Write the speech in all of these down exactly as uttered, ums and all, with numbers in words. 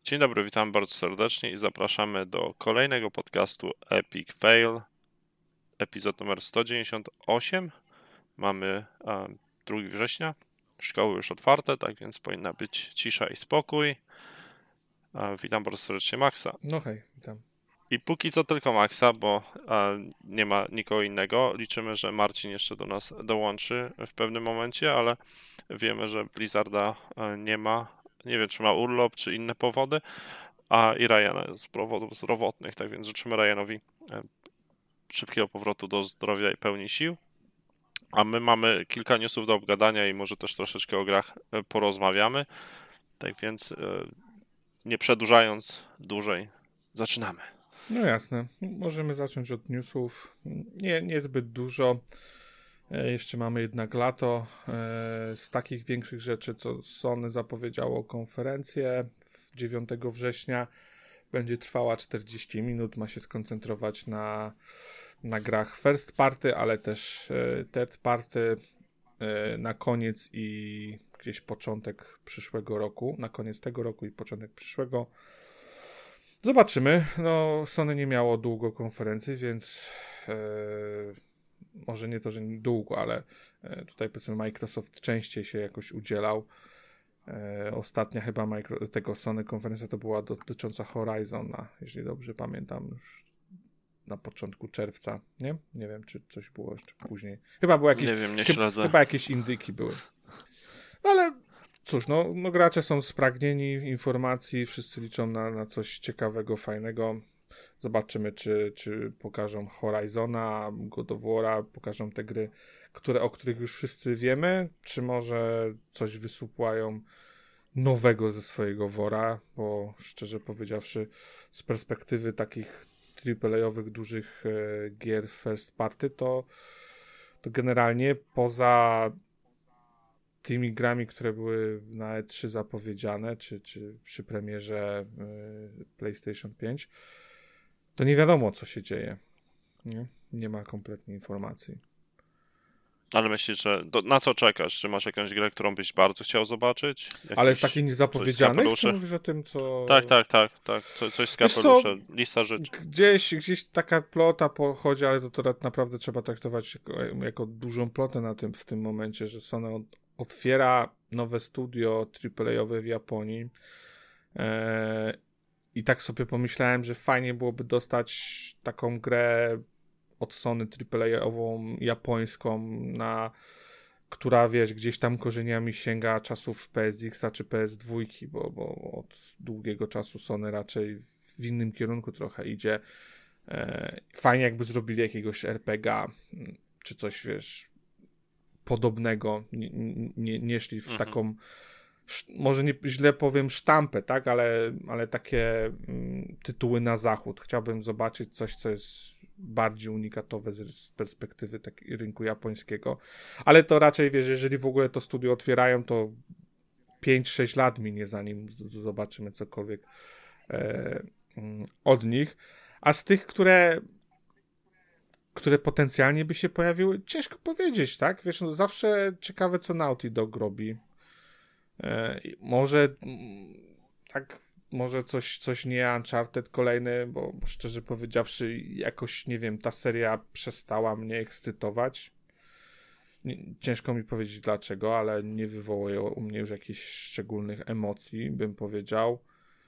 Dzień dobry, witam bardzo serdecznie i zapraszamy do kolejnego podcastu Epic Fail, epizod numer sto dziewięćdziesiąt osiem. Mamy e, drugiego września, szkoły już otwarte, tak więc powinna być cisza i spokój. E, witam bardzo serdecznie Maxa. No hej, witam. I póki co tylko Maxa, bo e, nie ma nikogo innego. Liczymy, że Marcin jeszcze do nas dołączy w pewnym momencie, ale wiemy, że Blizzarda e, nie ma. Nie wiem, czy ma urlop, czy inne powody, a i Ryana z powodów zdrowotnych, tak więc życzymy Ryanowi e, szybkiego powrotu do zdrowia i pełni sił. A my mamy kilka newsów do obgadania i może też troszeczkę o grach e, porozmawiamy. Tak więc e, nie przedłużając dłużej, zaczynamy. No jasne, możemy zacząć od newsów. Nie, niezbyt dużo. E, Jeszcze mamy jednak lato. E, Z takich większych rzeczy, co Sony zapowiedziało konferencję w dziewiątego września, będzie trwała czterdzieści minut. Ma się skoncentrować na, na grach first party, ale też e, third party e, na koniec i gdzieś początek przyszłego roku. Na koniec tego roku i początek przyszłego. Zobaczymy. No, Sony nie miało długo konferencji, więc e, może nie to, że nie długo, ale e, tutaj powiedzmy Microsoft częściej się jakoś udzielał. E, ostatnia chyba micro, tego Sony konferencja to była dotycząca Horizona, jeżeli dobrze pamiętam, już na początku czerwca, nie? Nie wiem, czy coś było jeszcze później. Chyba było jakieś, Nie wiem, nie chy, śledzę. chyba jakieś indyki były. No ale cóż, no, no gracze są spragnieni informacji, wszyscy liczą na, na coś ciekawego, fajnego. Zobaczymy, czy, czy pokażą Horizona, God of War'a, pokażą te gry, które, o których już wszyscy wiemy, czy może coś wysupłają nowego ze swojego wora, bo szczerze powiedziawszy, z perspektywy takich triple-owych dużych e, gier first party, to, to generalnie poza tymi grami, które były na E trzy zapowiedziane, czy, czy przy premierze y, PlayStation pięć, to nie wiadomo, co się dzieje. Nie, nie ma kompletnie informacji. Ale myślisz, że do, na co czekasz? Czy masz jakąś grę, którą byś bardzo chciał zobaczyć? Jakiś, Ale z takich niezapowiedzianych, czy mówisz o tym, co... Tak, tak, tak, tak. Co, coś z Wiesz co, kapelusza, lista rzeczy. Gdzieś, gdzieś taka plota pochodzi, ale to, to naprawdę trzeba traktować jako, jako dużą plotę na tym, w tym momencie, że Sony od, otwiera nowe studio triple-owe w Japonii. Eee, I tak sobie pomyślałem, że fajnie byłoby dostać taką grę od Sony triple-ową japońską, na, która wiesz, gdzieś tam korzeniami sięga czasów P S X-a czy P S dwa, bo, bo od długiego czasu Sony raczej w innym kierunku trochę idzie. E, fajnie jakby zrobili jakiegoś er pe gie a, czy coś, wiesz, podobnego, nie, nie, nie szli w Mhm. taką, może nie źle powiem sztampę, tak, ale, ale takie mm, tytuły na zachód. Chciałbym zobaczyć coś, co jest bardziej unikatowe z, z perspektywy tak, rynku japońskiego, ale to raczej, wiesz, jeżeli w ogóle to studio otwierają, to pięć sześć lat minie, zanim z, z, zobaczymy cokolwiek e, mm, od nich. A z tych, które które potencjalnie by się pojawiły, ciężko powiedzieć, tak? Wiesz, no zawsze ciekawe, co Naughty Dog robi. E, może mm, tak, może coś, coś nie Uncharted kolejny, bo szczerze powiedziawszy, jakoś, nie wiem, ta seria przestała mnie ekscytować. Nie, ciężko mi powiedzieć dlaczego, ale nie wywołuje u mnie już jakichś szczególnych emocji, bym powiedział.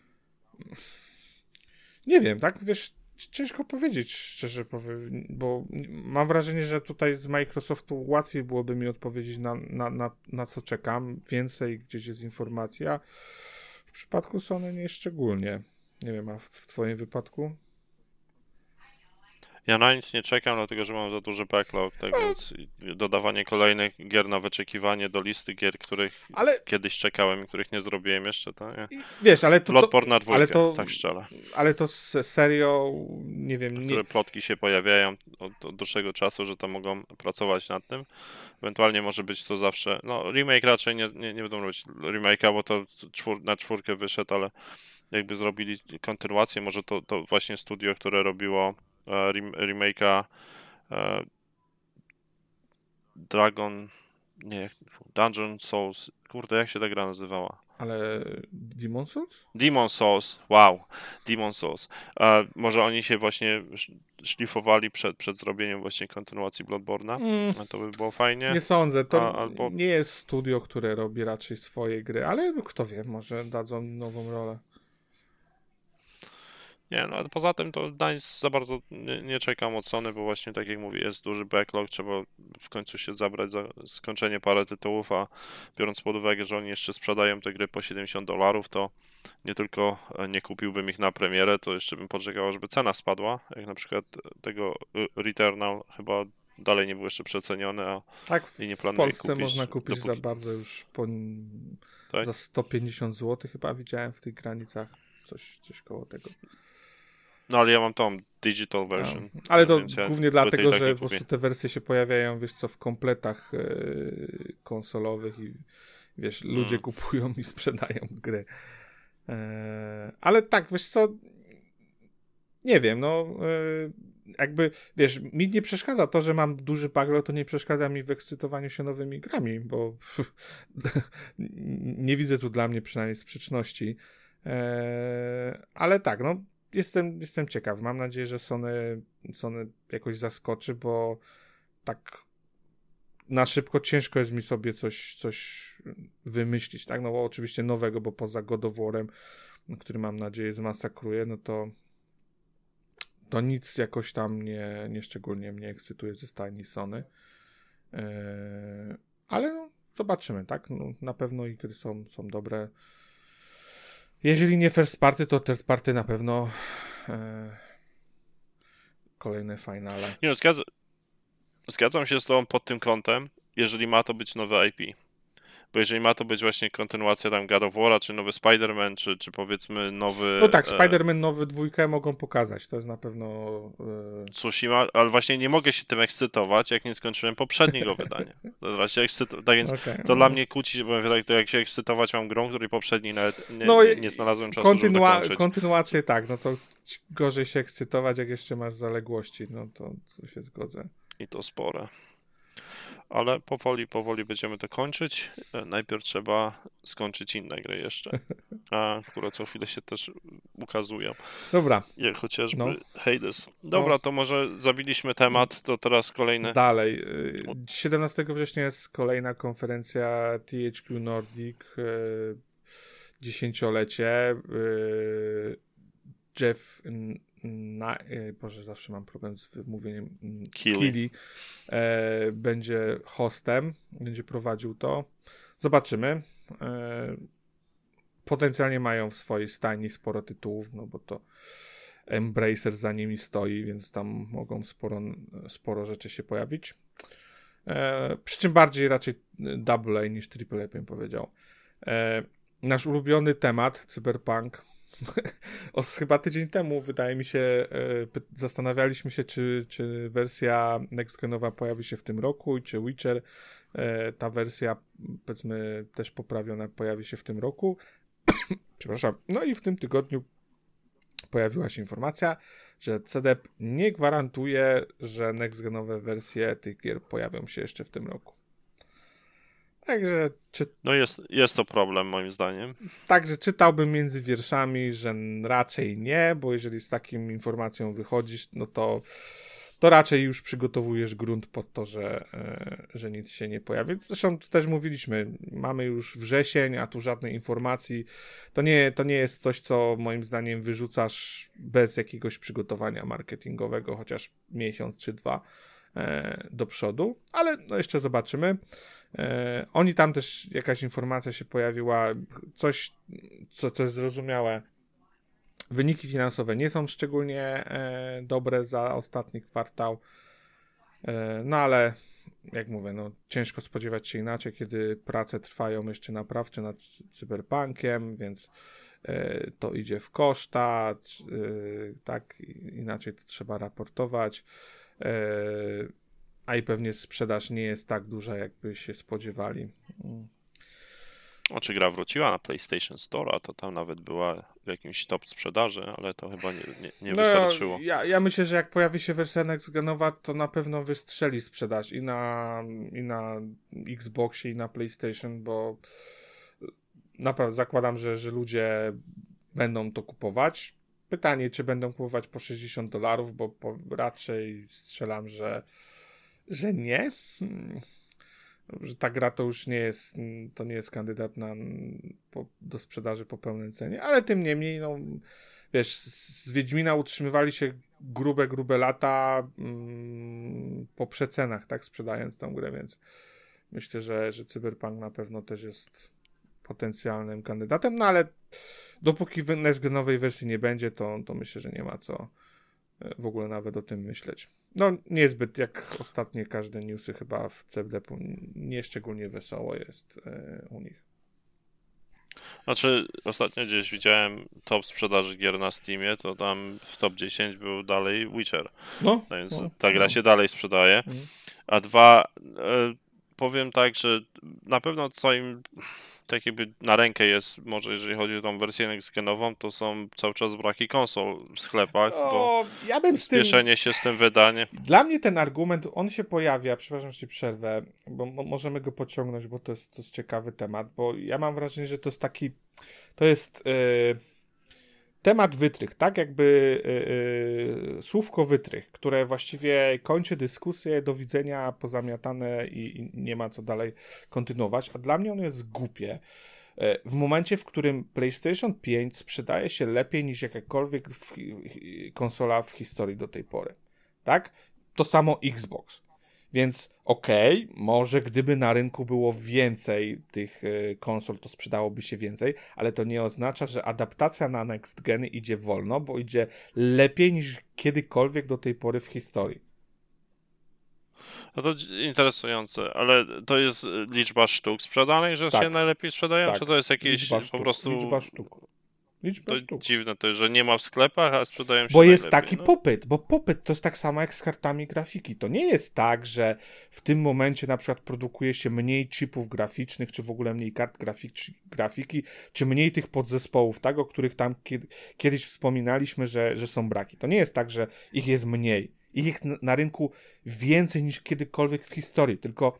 Nie wiem, tak? Wiesz, ciężko powiedzieć, szczerze powiem, bo mam wrażenie, że tutaj z Microsoftu łatwiej byłoby mi odpowiedzieć na, na, na, na co czekam, więcej gdzieś jest informacja. W przypadku Sony nie szczególnie. Nie wiem, a w, w twoim wypadku? Ja na nic nie czekam, dlatego że mam za duży backlog, tak więc dodawanie kolejnych gier na wyczekiwanie do listy gier, których Ale kiedyś czekałem i których nie zrobiłem jeszcze, to nie. wiesz, ale to, to, Bloodborne na dwójkę, ale to, tak szczerze. ale to se- serio, nie wiem, nie, Które plotki się pojawiają od, od dłuższego czasu, że to mogą pracować nad tym. Ewentualnie może być to zawsze, no remake raczej nie, nie, nie będą robić remake'a, bo to czwór, na czwórkę wyszedł, ale jakby zrobili kontynuację, może to, to właśnie studio, które robiło e, rem- remake'a e, Dragon, nie, Dungeon Souls, kurde, jak się ta gra nazywała? Ale Demon Souls? Demon Souls, wow, Demon Souls. E, może oni się właśnie szlifowali przed, przed zrobieniem właśnie kontynuacji Bloodborne'a? Mm, To by było fajnie. nie sądzę, to A, albo... nie jest studio, które robi raczej swoje gry, ale kto wie, może dadzą nową rolę. Nie, no ale poza tym to na nic za bardzo nie, nie czekam od Sony, bo właśnie tak jak mówię, jest duży backlog, trzeba w końcu się zabrać za skończenie parę tytułów, a biorąc pod uwagę, że oni jeszcze sprzedają te gry po siedemdziesiąt dolarów, to nie tylko nie kupiłbym ich na premierę, to jeszcze bym poczekał, żeby cena spadła, jak na przykład tego Returnal chyba dalej nie był jeszcze przeceniony, a tak, w, i nie w planuję Polsce kupić, można kupić dopóki... za bardzo już po, tak? za sto pięćdziesiąt złotych chyba widziałem w tych granicach, coś, coś koło tego. No ale ja mam tą digital version. No, ale to ja głównie dlatego, tak że po prostu te wersje się pojawiają, wiesz co, w kompletach yy, konsolowych i wiesz, ludzie hmm. kupują i sprzedają gry. Yy, ale tak, wiesz co, nie wiem, no yy, jakby, wiesz, mi nie przeszkadza to, że mam duży backlog, to nie przeszkadza mi w ekscytowaniu się nowymi grami, bo nie widzę tu dla mnie przynajmniej sprzeczności. Yy, ale tak, no Jestem, jestem ciekaw. Mam nadzieję, że Sony, Sony jakoś zaskoczy, bo tak na szybko ciężko jest mi sobie coś, coś wymyślić, tak? No bo oczywiście nowego, bo poza God of War'em, który mam nadzieję zmasakruje, no to to nic jakoś tam nie, nie szczególnie mnie ekscytuje ze stajni Sony. Yy, ale no, zobaczymy, tak? No, na pewno i gry są, są dobre. Jeżeli nie first party, to third party na pewno e, kolejne finale. Nie no, zgadzam, zgadzam się z tobą pod tym kątem, jeżeli ma to być nowe I P. Bo jeżeli ma to być właśnie kontynuacja tam God of War'a, czy nowy Spider-Man, czy, czy powiedzmy nowy... No tak, Spider-Man nowy dwójkę mogą pokazać, to jest na pewno... E... Tsushima, ale właśnie nie mogę się tym ekscytować, jak nie skończyłem poprzedniego wydania. To właśnie ekscyto... Tak więc okay, to no. dla mnie kłóci się, bo tak, to jak się ekscytować mam grą, której poprzedniej nawet nie, no, nie, nie znalazłem czasu, kontynu- żeby dokończyć. Kontynuację tak, no to gorzej się ekscytować, jak jeszcze masz zaległości, no to, to się zgodzę. I to spore. Ale powoli, powoli będziemy to kończyć. Najpierw trzeba skończyć inne gry jeszcze, a, które co chwilę się też ukazują. Dobra. Jak chociażby no. Hades. Dobra, no. To może zabiliśmy temat, to teraz kolejne. Dalej. siedemnastego września jest kolejna konferencja T H Q Nordic. Dziesięciolecie. Jeff... Na, Boże, zawsze mam problem z wymówieniem. Keighley e, będzie hostem, będzie prowadził to. Zobaczymy. E, potencjalnie mają w swojej stajni sporo tytułów, no bo to Embracer za nimi stoi, więc tam mogą sporo, sporo rzeczy się pojawić. E, przy czym bardziej raczej double A niż triple A bym powiedział. E, nasz ulubiony temat, cyberpunk. O, chyba tydzień temu, wydaje mi się, e, zastanawialiśmy się, czy, czy wersja next-genowa pojawi się w tym roku i czy Witcher, e, ta wersja, powiedzmy, też poprawiona, pojawi się w tym roku. Przepraszam. No i w tym tygodniu pojawiła się informacja, że C D P nie gwarantuje, że next-genowe wersje tych gier pojawią się jeszcze w tym roku. Także czy... No jest, jest to problem moim zdaniem. Także czytałbym między wierszami, że raczej nie, bo jeżeli z taką informacją wychodzisz, no to, to raczej już przygotowujesz grunt pod to, że, że nic się nie pojawi. Zresztą tu też mówiliśmy, mamy już wrzesień, a tu żadnej informacji. To nie, to nie jest coś, co moim zdaniem wyrzucasz bez jakiegoś przygotowania marketingowego, chociaż miesiąc czy dwa do przodu, ale no jeszcze zobaczymy. E, oni tam też jakaś informacja się pojawiła, coś, co, co jest zrozumiałe. Wyniki finansowe nie są szczególnie e, dobre za ostatni kwartał, e, no ale jak mówię, no ciężko spodziewać się inaczej, kiedy prace trwają jeszcze naprawcze nad cyberpunkiem, więc e, to idzie w koszta, e, tak, inaczej to trzeba raportować. E, a i pewnie sprzedaż nie jest tak duża, jakby się spodziewali. Mm. O, czy gra wróciła na PlayStation Store, a to tam nawet była w jakimś top sprzedaży, ale to chyba nie, nie, nie no, wystarczyło. Ja, ja myślę, że jak pojawi się wersja next-genowa, to na pewno wystrzeli sprzedaż i na, i na Xboxie, i na PlayStation, bo naprawdę zakładam, że, że ludzie będą to kupować. Pytanie, czy będą kupować po sześćdziesiąt dolarów, bo po, raczej strzelam, że, że nie. Hmm. Że ta gra to już nie jest, to nie jest kandydat na, po, do sprzedaży po pełnej cenie, ale tym niemniej, no wiesz, z, z Wiedźmina utrzymywali się grube, grube lata mm, po przecenach, tak, sprzedając tą grę, więc myślę, że, że Cyberpunk na pewno też jest potencjalnym kandydatem, no ale dopóki next nowej wersji nie będzie, to, to myślę, że nie ma co w ogóle nawet o tym myśleć. No niezbyt, jak ostatnie każde newsy chyba w C D P nie szczególnie wesoło jest e, u nich. Znaczy, ostatnio gdzieś widziałem top sprzedaży gier na Steamie, to tam w top dziesięć był dalej Witcher. No, Więc no, ta gra no. się dalej sprzedaje. Mhm. A dwa, e, powiem tak, że na pewno co im tak jakby na rękę jest, może jeżeli chodzi o tą wersję next-genową, to są cały czas braki konsol w sklepach, bo O, ja bym z tym... spieszenie się z tym wydaniem. Dla mnie ten argument, on się pojawia, przepraszam, że ci przerwę, bo mo- możemy go pociągnąć, bo to jest, to jest ciekawy temat, bo ja mam wrażenie, że to jest taki, to jest yy, temat wytrych, tak jakby yy, yy, słówko wytrych, które właściwie kończy dyskusję, do widzenia, pozamiatane i, i nie ma co dalej kontynuować, a dla mnie ono jest głupie. W momencie, w którym PlayStation pięć sprzedaje się lepiej niż jakakolwiek w, konsola w historii do tej pory, tak? To samo Xbox. Więc okej, okay, może gdyby na rynku było więcej tych y, konsol, to sprzedałoby się więcej, ale to nie oznacza, że adaptacja na next geny idzie wolno, bo idzie lepiej niż kiedykolwiek do tej pory w historii. No to interesujące, ale to jest liczba sztuk sprzedanych, że Tak. się najlepiej sprzedają, Tak. czy to jest jakieś Liczba po sztuk. prostu... Liczba sztuk. Liczba to sztuk. dziwne to jest, że nie ma w sklepach, a sprzedają się Bo jest najlepiej, taki no. popyt, bo popyt to jest tak samo jak z kartami grafiki. To nie jest tak, że w tym momencie na przykład produkuje się mniej chipów graficznych, czy w ogóle mniej kart grafik, czy grafiki, czy mniej tych podzespołów, tak, o których tam kiedy, kiedyś wspominaliśmy, że, że są braki. To nie jest tak, że ich jest mniej. Ich jest na rynku więcej niż kiedykolwiek w historii, tylko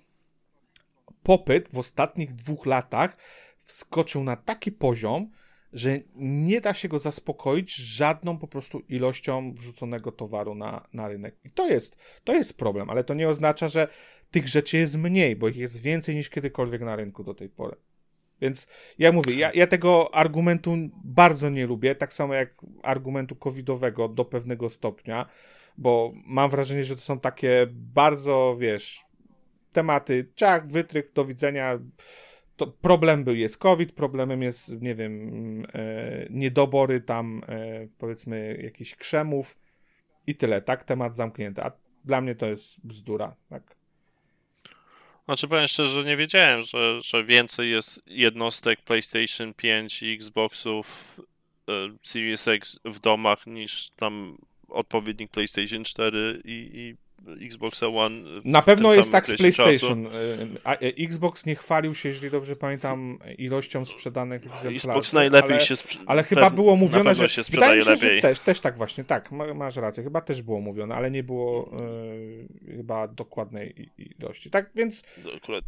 popyt w ostatnich dwóch latach wskoczył na taki poziom, że nie da się go zaspokoić żadną po prostu ilością wrzuconego towaru na, na rynek. I to jest, to jest problem, ale to nie oznacza, że tych rzeczy jest mniej, bo ich jest więcej niż kiedykolwiek na rynku do tej pory. Więc ja mówię, ja, ja tego argumentu bardzo nie lubię, tak samo jak argumentu covidowego do pewnego stopnia, bo mam wrażenie, że to są takie bardzo, wiesz, tematy, ciach, wytrych, do widzenia. To problem był, jest COVID, problemem jest, nie wiem, e, niedobory tam, e, powiedzmy, jakichś krzemów i tyle, tak? Temat zamknięty, a dla mnie to jest bzdura, tak? Znaczy powiem szczerze, że nie wiedziałem, że, że więcej jest jednostek PlayStation pięć i Xboxów e, Series X w domach niż tam odpowiednik PlayStation cztery i, i Xboxa One. Na pewno jest tak z PlayStation. PlayStation. A, Xbox nie chwalił się, jeżeli dobrze pamiętam, ilością sprzedanych egzemplarzy. Xbox najlepiej ale, się sprzedaje. Ale chyba było mówione, że się wydaje mi się, lepiej. że też, też tak właśnie, tak, masz rację, chyba też było mówione, ale nie było e, chyba dokładnej ilości. Tak więc Akurat.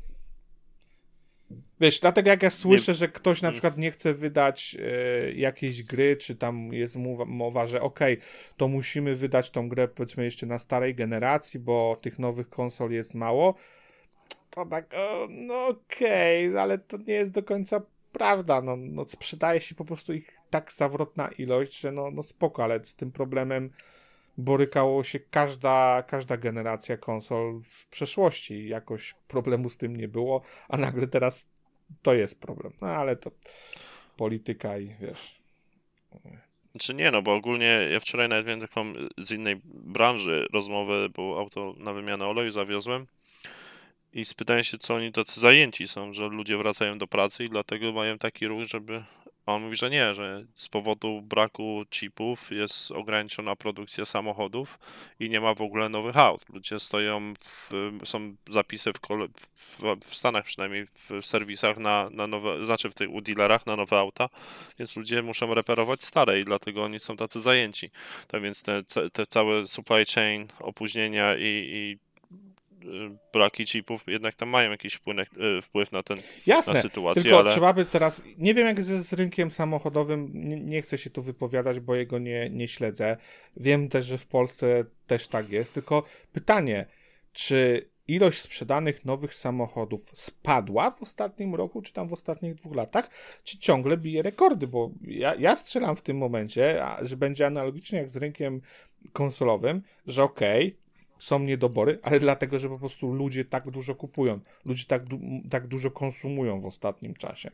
Wiesz, dlatego jak ja słyszę, nie... że ktoś na przykład nie chce wydać e, jakiejś gry, czy tam jest mowa, mowa że okej, okay, to musimy wydać tą grę powiedzmy jeszcze na starej generacji, bo tych nowych konsol jest mało, to tak, o, no okej, okay, ale to nie jest do końca prawda, no, no sprzedaje się po prostu ich tak zawrotna ilość, że no, no spoko, ale z tym problemem borykało się każda, każda generacja konsol w przeszłości. Jakoś problemu z tym nie było, a nagle teraz to jest problem. No ale to polityka i wiesz. Czy nie, no bo ogólnie ja wczoraj nawet miałem taką z innej branży rozmowę, bo auto na wymianę oleju zawiozłem i spytałem się, co oni tacy zajęci są, że ludzie wracają do pracy i dlatego mają taki ruch, żeby... A on mówi, że nie, że z powodu braku chipów jest ograniczona produkcja samochodów i nie ma w ogóle nowych aut. Ludzie stoją, w, są zapisy w, kole, w, w Stanach przynajmniej, w serwisach na, na nowe, znaczy w tych u dealerach na nowe auta, więc ludzie muszą reperować stare i dlatego oni są tacy zajęci. Tak więc te, te całe supply chain, opóźnienia i, i braki chipów jednak tam mają jakiś wpływ, wpływ na ten Jasne, na sytuację, tylko ale... trzeba by teraz, nie wiem jak z, z rynkiem samochodowym, nie, nie chcę się tu wypowiadać, bo jego nie, nie śledzę. Wiem też, że w Polsce też tak jest, tylko pytanie, czy ilość sprzedanych nowych samochodów spadła w ostatnim roku, czy tam w ostatnich dwóch latach, czy ciągle bije rekordy, bo ja, ja strzelam w tym momencie, a, że będzie analogicznie jak z rynkiem konsolowym, że okej, okay, są niedobory, ale dlatego, że po prostu ludzie tak dużo kupują, ludzie tak, du- tak dużo konsumują w ostatnim czasie.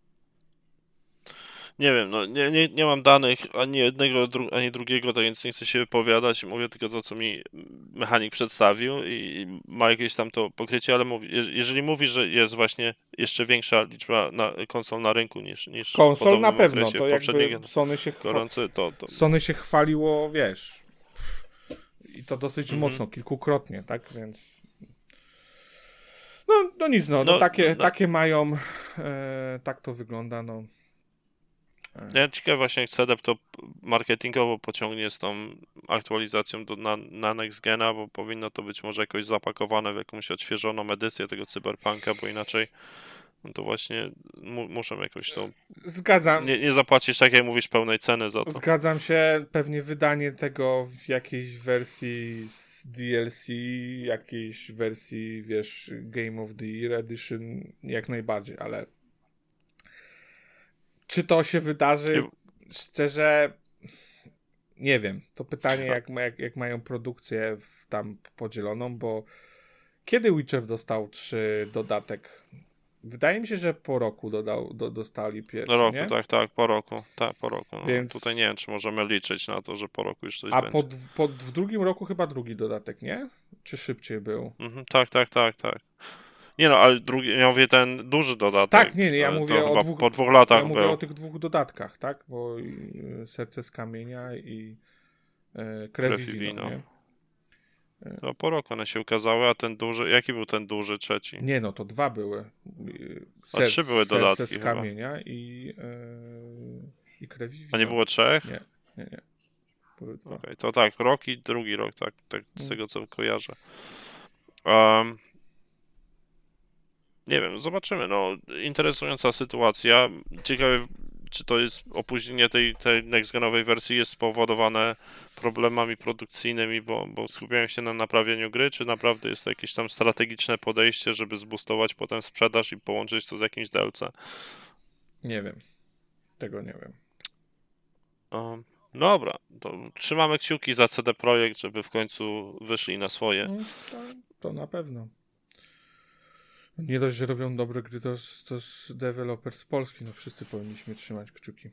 Nie wiem, no nie, nie, nie mam danych ani jednego, dru- ani drugiego, tak więc nie chcę się wypowiadać. Mówię tylko to, co mi mechanik przedstawił i ma jakieś tam to pokrycie, ale mówi, je- jeżeli mówi, że jest właśnie jeszcze większa liczba na, konsol na rynku niż, niż w Konsol na podobnym pewno, okresie to poprzedniej jakby Sony się, chwa- gorący, to, to... Sony się chwaliło, wiesz, i to dosyć Mhm. mocno, kilkukrotnie, tak, więc... No, no nic, no, no, No, takie, no. takie mają, e, tak to wygląda, no. Ja ciekawe właśnie jak C D P to marketingowo pociągnie z tą aktualizacją do, na, na Next Gena, bo powinno to być może jakoś zapakowane w jakąś odświeżoną edycję tego Cyberpunka, bo inaczej no to właśnie mu, muszą jakoś to... Zgadzam. Nie, nie zapłacisz, tak jak mówisz, pełnej ceny za to. Zgadzam się, pewnie wydanie tego w jakiejś wersji z D L C, jakiejś wersji, wiesz, Game of the Year Edition, jak najbardziej, ale czy to się wydarzy? Nie- Szczerze, nie wiem. To pytanie, jak, ma- jak, jak mają produkcję w, tam podzieloną, bo kiedy Witcher dostał trzy dodatek? Wydaje mi się, że po roku dodał, do, dostali pierwszy, Po roku, nie? tak, tak, po roku. Tak, po roku. No, Więc- Tutaj nie wiem, czy możemy liczyć na to, że po roku już coś A będzie. po, dw- po, w drugim roku chyba drugi dodatek, nie? Czy szybciej był? Mhm, tak, tak, tak, tak. Nie no, ale drugi, ja mówię ten duży dodatek. Tak, nie, nie, ja ale mówię to o chyba dwóch- po dwóch latach Ja mówię był. o tych dwóch dodatkach, tak? Bo y, Serce z Kamienia i y, Krew, Krew i i wino, wino. nie? No, po roku one się ukazały, a ten duży, jaki był ten duży trzeci? Nie, no to dwa były. Y, A trzy były Serce dodatki z chyba. Kamienia i, y, i Krew i wino. A nie było trzech? Nie, nie, nie. Były dwa. Okej, to tak, rok i drugi rok, tak, tak z Mm. tego co kojarzę. Um, nie wiem, zobaczymy, no, interesująca sytuacja. Ciekawe, czy to jest opóźnienie tej, tej next-genowej wersji jest spowodowane problemami produkcyjnymi, bo, bo skupiają się na naprawieniu gry, czy naprawdę jest to jakieś tam strategiczne podejście, żeby zboostować potem sprzedaż i połączyć to z jakimś D L C? Nie wiem. Tego nie wiem. Um, dobra, to trzymamy kciuki za C D Projekt, żeby w końcu wyszli na swoje. Mm, To, to na pewno. Nie dość, że robią dobre gry, to jest, to jest deweloper z Polski. No wszyscy powinniśmy trzymać kciuki.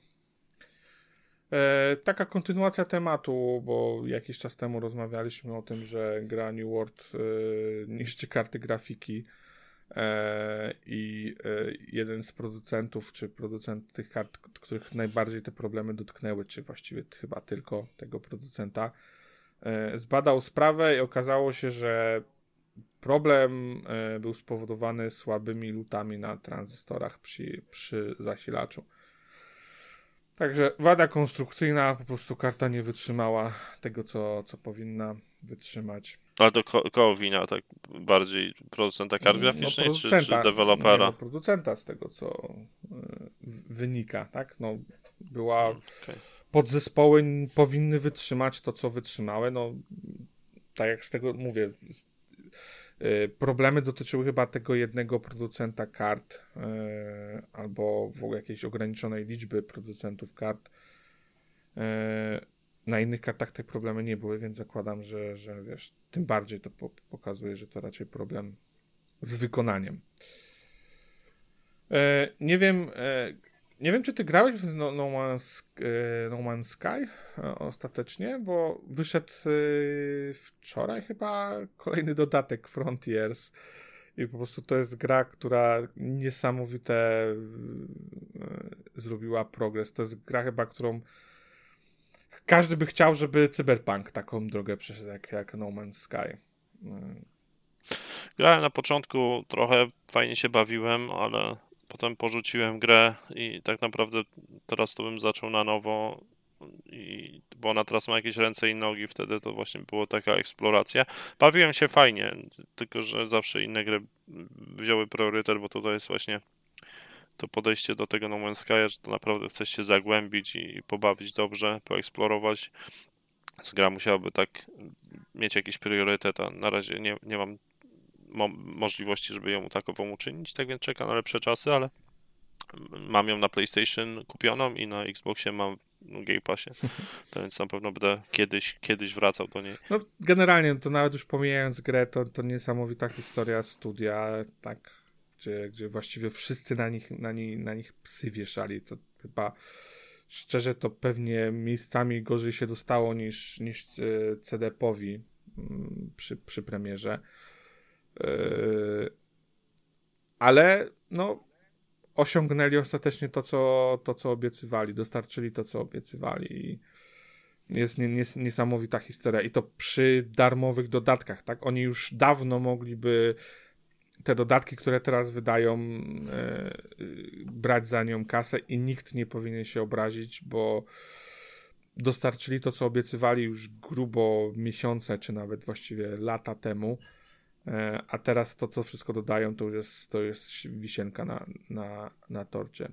E, taka kontynuacja tematu, bo jakiś czas temu rozmawialiśmy o tym, że gra New World e, niszczy karty grafiki e, i e, jeden z producentów, czy producent tych kart, k- których najbardziej te problemy dotknęły, czy właściwie chyba tylko tego producenta, e, zbadał sprawę i okazało się, że problem e, był spowodowany słabymi lutami na tranzystorach przy, przy zasilaczu. Także wada konstrukcyjna, po prostu karta nie wytrzymała tego, co, co powinna wytrzymać. Ale to ko- koło wina, tak bardziej producenta kart graficznych, czy, czy Nie, dewelopera? no, producenta z tego, co y, wynika, tak? No, była, Okej. podzespoły n- powinny wytrzymać to, co wytrzymały, no, tak jak z tego mówię, z, y, problemy dotyczyły chyba tego jednego producenta kart, y, albo w ogóle jakiejś ograniczonej liczby producentów kart. Y, na innych kartach te problemy nie były, więc zakładam, że, że wiesz, tym bardziej to po- pokazuje, że to raczej problem z wykonaniem. E, nie wiem, e, nie wiem, czy ty grałeś w No, no, Man's, e, no Man's Sky e, ostatecznie, bo wyszedł e, wczoraj chyba kolejny dodatek Frontiers i po prostu to jest gra, która niesamowite e, zrobiła progres. To jest gra chyba, którą każdy by chciał, żeby Cyberpunk taką drogę przeszedł jak, jak No Man's Sky. E, Grałem na początku, trochę fajnie się bawiłem, ale potem porzuciłem grę i tak naprawdę teraz to bym zaczął na nowo. i, bo ona teraz ma jakieś ręce i nogi, wtedy to właśnie było taka eksploracja. Bawiłem się fajnie, tylko że zawsze inne gry wzięły priorytet, bo tutaj jest właśnie to podejście do tego No Man's Sky, że to naprawdę chcesz się zagłębić i, i pobawić dobrze, poeksplorować. Z gra musiałaby tak mieć jakiś priorytet, a na razie nie, nie mam mo- możliwości, żeby ją takową uczynić, tak więc czekam na lepsze czasy, ale mam ją na PlayStation kupioną i na Xboxie mam w Game Passie, to więc na pewno będę kiedyś, kiedyś wracał do niej. No, generalnie, to nawet już pomijając grę, to, to niesamowita historia studia, tak, gdzie, gdzie właściwie wszyscy na nich, na, ni, na nich psy wieszali. To chyba, szczerze, to pewnie miejscami gorzej się dostało niż, niż C D P-owi przy, przy premierze. Yy, ale, no, osiągnęli ostatecznie to, co, to, co obiecywali, dostarczyli to, co obiecywali i jest nie, nie, niesamowita historia i to przy darmowych dodatkach, tak? Oni już dawno mogliby te dodatki, które teraz wydają, e, brać za nią kasę i nikt nie powinien się obrazić, bo dostarczyli to, co obiecywali już grubo miesiące, czy nawet właściwie lata temu, e, a teraz to, co wszystko dodają, to już jest, to jest wisienka na, na, na torcie.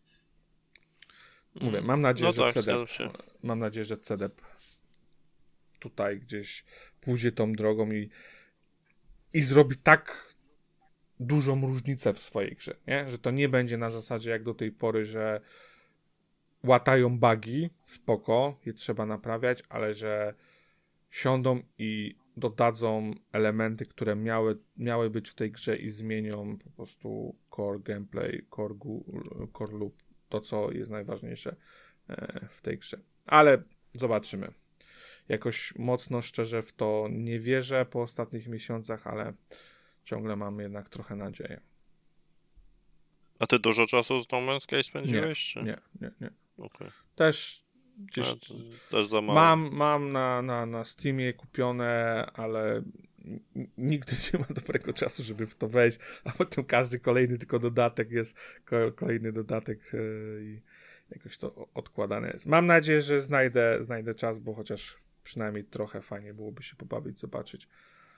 Mówię, mam nadzieję, no że tak, C D P, mam nadzieję, że C D P tutaj gdzieś pójdzie tą drogą i, i zrobi tak dużą różnicę w swojej grze, nie? Że to nie będzie na zasadzie jak do tej pory, że łatają bugi, spoko, je trzeba naprawiać, ale że siądą i dodadzą elementy, które miały, miały być w tej grze i zmienią po prostu core gameplay, core, core loop, to co jest najważniejsze w tej grze. Ale zobaczymy. Jakoś mocno szczerze w to nie wierzę po ostatnich miesiącach, ale ciągle mam jednak trochę nadzieję. A ty dużo czasu z No Man's Sky spędziłeś? Nie, czy? nie, nie. nie. Okay. Też gdzieś też za mało. mam, mam na, na, na Steamie kupione, ale nigdy nie ma dobrego czasu, żeby w to wejść, a potem każdy kolejny tylko dodatek jest, kolejny dodatek i jakoś to odkładane jest. Mam nadzieję, że znajdę, znajdę czas, bo chociaż przynajmniej trochę fajnie byłoby się pobawić, zobaczyć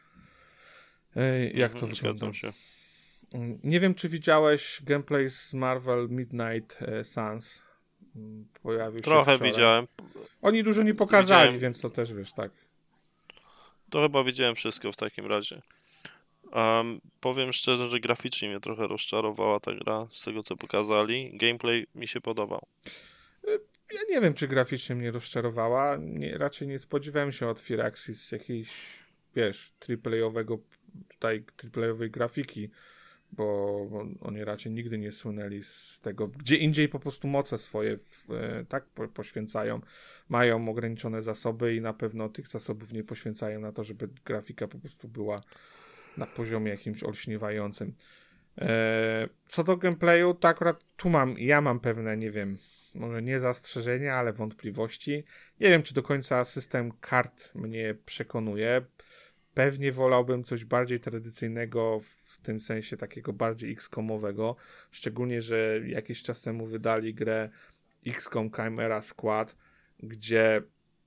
jak to mhm, wygląda. Się. Nie wiem, czy widziałeś gameplay z Marvel Midnight Suns. Pojawił Trochę się wczoraj. widziałem. Oni dużo nie pokazali, widziałem. więc to też wiesz, tak. To chyba widziałem wszystko w takim razie. Um, powiem szczerze, że graficznie mnie trochę rozczarowała ta gra z tego, co pokazali. Gameplay mi się podobał. Ja nie wiem, czy graficznie mnie rozczarowała. Nie, raczej nie spodziewałem się od Firaxis jakiejś, wiesz, triple'owego tutaj triple'owej grafiki, bo oni raczej nigdy nie słynęli z tego. Gdzie indziej po prostu moce swoje w, tak po, poświęcają. Mają ograniczone zasoby i na pewno tych zasobów nie poświęcają na to, żeby grafika po prostu była na poziomie jakimś olśniewającym. Eee, co do gameplayu, to akurat tu mam, ja mam pewne, nie wiem, może nie zastrzeżenia, ale wątpliwości. Nie wiem, czy do końca system kart mnie przekonuje. Pewnie wolałbym coś bardziej tradycyjnego, w tym sensie takiego bardziej X COM-owego. Szczególnie, że jakiś czas temu wydali grę X COM Chimera Squad, gdzie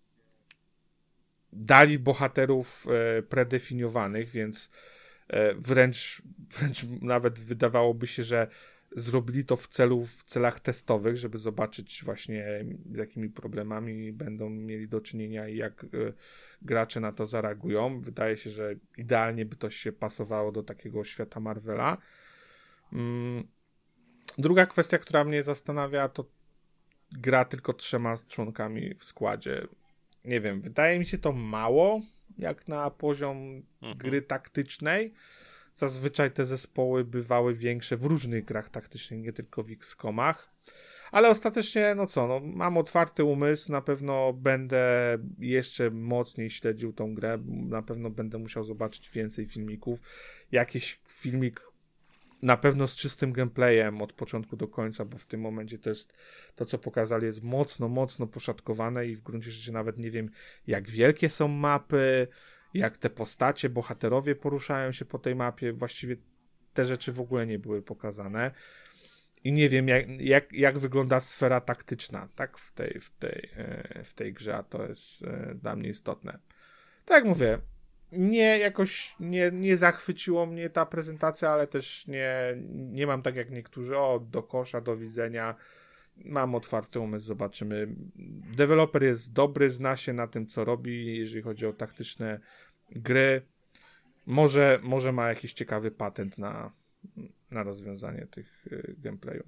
dali bohaterów e, predefiniowanych, więc e, wręcz, wręcz nawet wydawałoby się, że zrobili to w celu, w celach testowych, żeby zobaczyć właśnie z jakimi problemami będą mieli do czynienia i jak y, gracze na to zareagują. Wydaje się, że idealnie by to się pasowało do takiego świata Marvela. Mm. Druga kwestia, która mnie zastanawia, to gra tylko trzema członkami w składzie. Nie wiem, wydaje mi się to mało, jak na poziom mhm. gry taktycznej. Zazwyczaj te zespoły bywały większe w różnych grach taktycznych, nie tylko w X COMach. Ale ostatecznie, no co, no, mam otwarty umysł, na pewno będę jeszcze mocniej śledził tą grę, na pewno będę musiał zobaczyć więcej filmików. Jakiś filmik na pewno z czystym gameplayem od początku do końca, bo w tym momencie to jest, to co pokazali jest mocno, mocno poszatkowane i w gruncie rzeczy nawet nie wiem, jak wielkie są mapy, jak te postacie, bohaterowie poruszają się po tej mapie. Właściwie te rzeczy w ogóle nie były pokazane. i nie wiem, jak, jak, jak wygląda sfera taktyczna, tak, w tej, w tej, w tej grze, a to jest dla mnie istotne. Tak jak mówię, nie jakoś, nie, nie zachwyciło mnie ta prezentacja, ale też nie, nie mam tak jak niektórzy, o, do kosza, do widzenia. Mam otwarty umysł, zobaczymy. Deweloper jest dobry, zna się na tym, co robi, jeżeli chodzi o taktyczne gry. Może, może ma jakiś ciekawy patent na, na rozwiązanie tych y, gameplayu.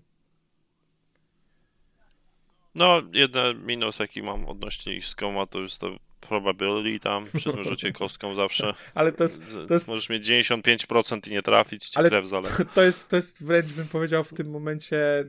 No, jeden minus, jaki mam odnośnie X-Coma, to jest to probability tam, przy tym rzucie kostką zawsze. Ale to jest, to jest... Możesz mieć dziewięćdziesiąt pięć procent i nie trafić, ci ale krew zalewa. To, to, jest, to jest wręcz, bym powiedział, w tym momencie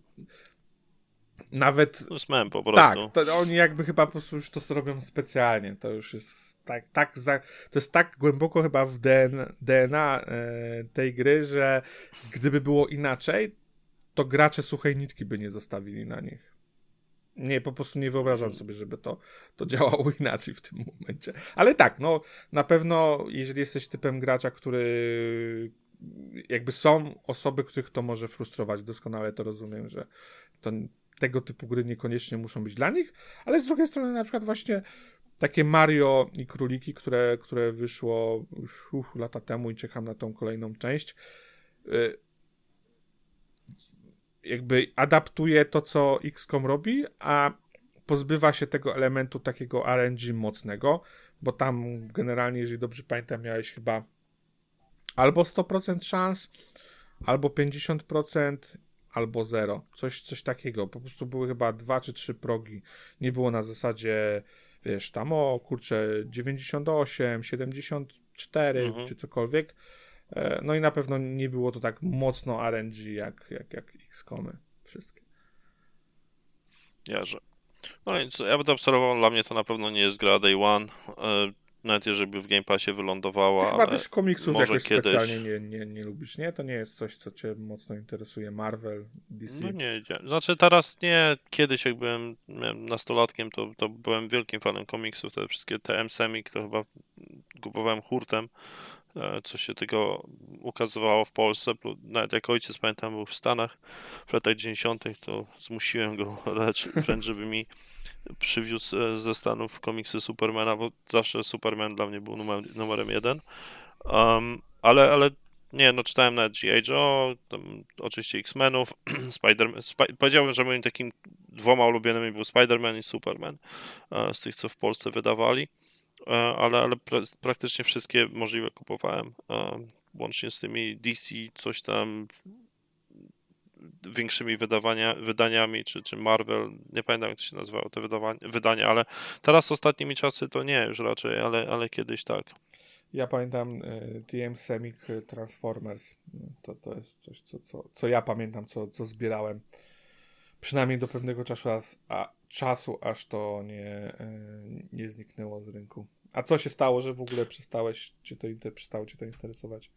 nawet... To jest mem po prostu. Tak, to oni jakby chyba po prostu już to robią specjalnie. To już jest tak, tak za, to jest tak głęboko chyba w D N A e, tej gry, że gdyby było inaczej, to gracze suchej nitki by nie zostawili na nich. Nie, po prostu nie wyobrażam sobie, żeby to, to działało inaczej w tym momencie. Ale tak, no na pewno, jeżeli jesteś typem gracza, który jakby są osoby, których to może frustrować, doskonale to rozumiem, że to tego typu gry niekoniecznie muszą być dla nich, ale z drugiej strony na przykład właśnie takie Mario i Króliki, które, które wyszło już uh, lata temu i czekam na tą kolejną część, yy, jakby adaptuje to, co X COM robi, a pozbywa się tego elementu takiego R N G mocnego, bo tam generalnie, jeżeli dobrze pamiętam, miałeś chyba albo sto procent szans, albo pięćdziesiąt procent, albo zero. Coś, coś takiego. Po prostu były chyba dwa czy trzy progi. Nie było na zasadzie, wiesz, tam o kurczę, dziewięćdziesiąt osiem, siedemdziesiąt cztery mhm. czy cokolwiek. No i na pewno nie było to tak mocno R N G jak, jak, jak X COMy wszystkie. Jarze. No więc ja będę obserwował, dla mnie to na pewno nie jest gra Day One. Nawet jeżeli by w Game Passie wylądowała. Ty chyba też komiksów może jakoś kiedyś... specjalnie nie, nie, nie lubisz, nie? To nie jest coś, co cię mocno interesuje. Marvel, D C. No nie, nie. Znaczy teraz nie. Kiedyś jak byłem miałem nastolatkiem, to, to byłem wielkim fanem komiksów. Te wszystkie T M Semik to chyba kupowałem hurtem. Co się tego ukazywało w Polsce. Nawet jak ojciec, pamiętam, był w Stanach w latach dziewięćdziesiątych, to zmusiłem go lecz, wręcz, żeby mi przywiózł ze Stanów komiksy Supermana, bo zawsze Superman dla mnie był numer, numerem jeden. Um, ale, ale nie, no czytałem na G I O, tam, oczywiście X-Menów, Spider-Man. Sp- powiedziałbym, że moimi takimi dwoma ulubionymi był Spider-Man i Superman, z tych, co w Polsce wydawali. Ale, ale pra- praktycznie wszystkie możliwe kupowałem, łącznie z tymi D C, coś tam większymi wydawania, wydaniami, czy, czy Marvel, nie pamiętam jak to się nazywało te wydawania, wydania, ale teraz ostatnimi czasy to nie już raczej, ale, ale kiedyś tak. Ja pamiętam T M Semik Transformers, to, to jest coś, co, co, co ja pamiętam, co, co zbierałem. Przynajmniej do pewnego czasu, a czasu aż to nie, nie zniknęło z rynku. A co się stało, że w ogóle przestałeś, czy to przestało cię to interesować?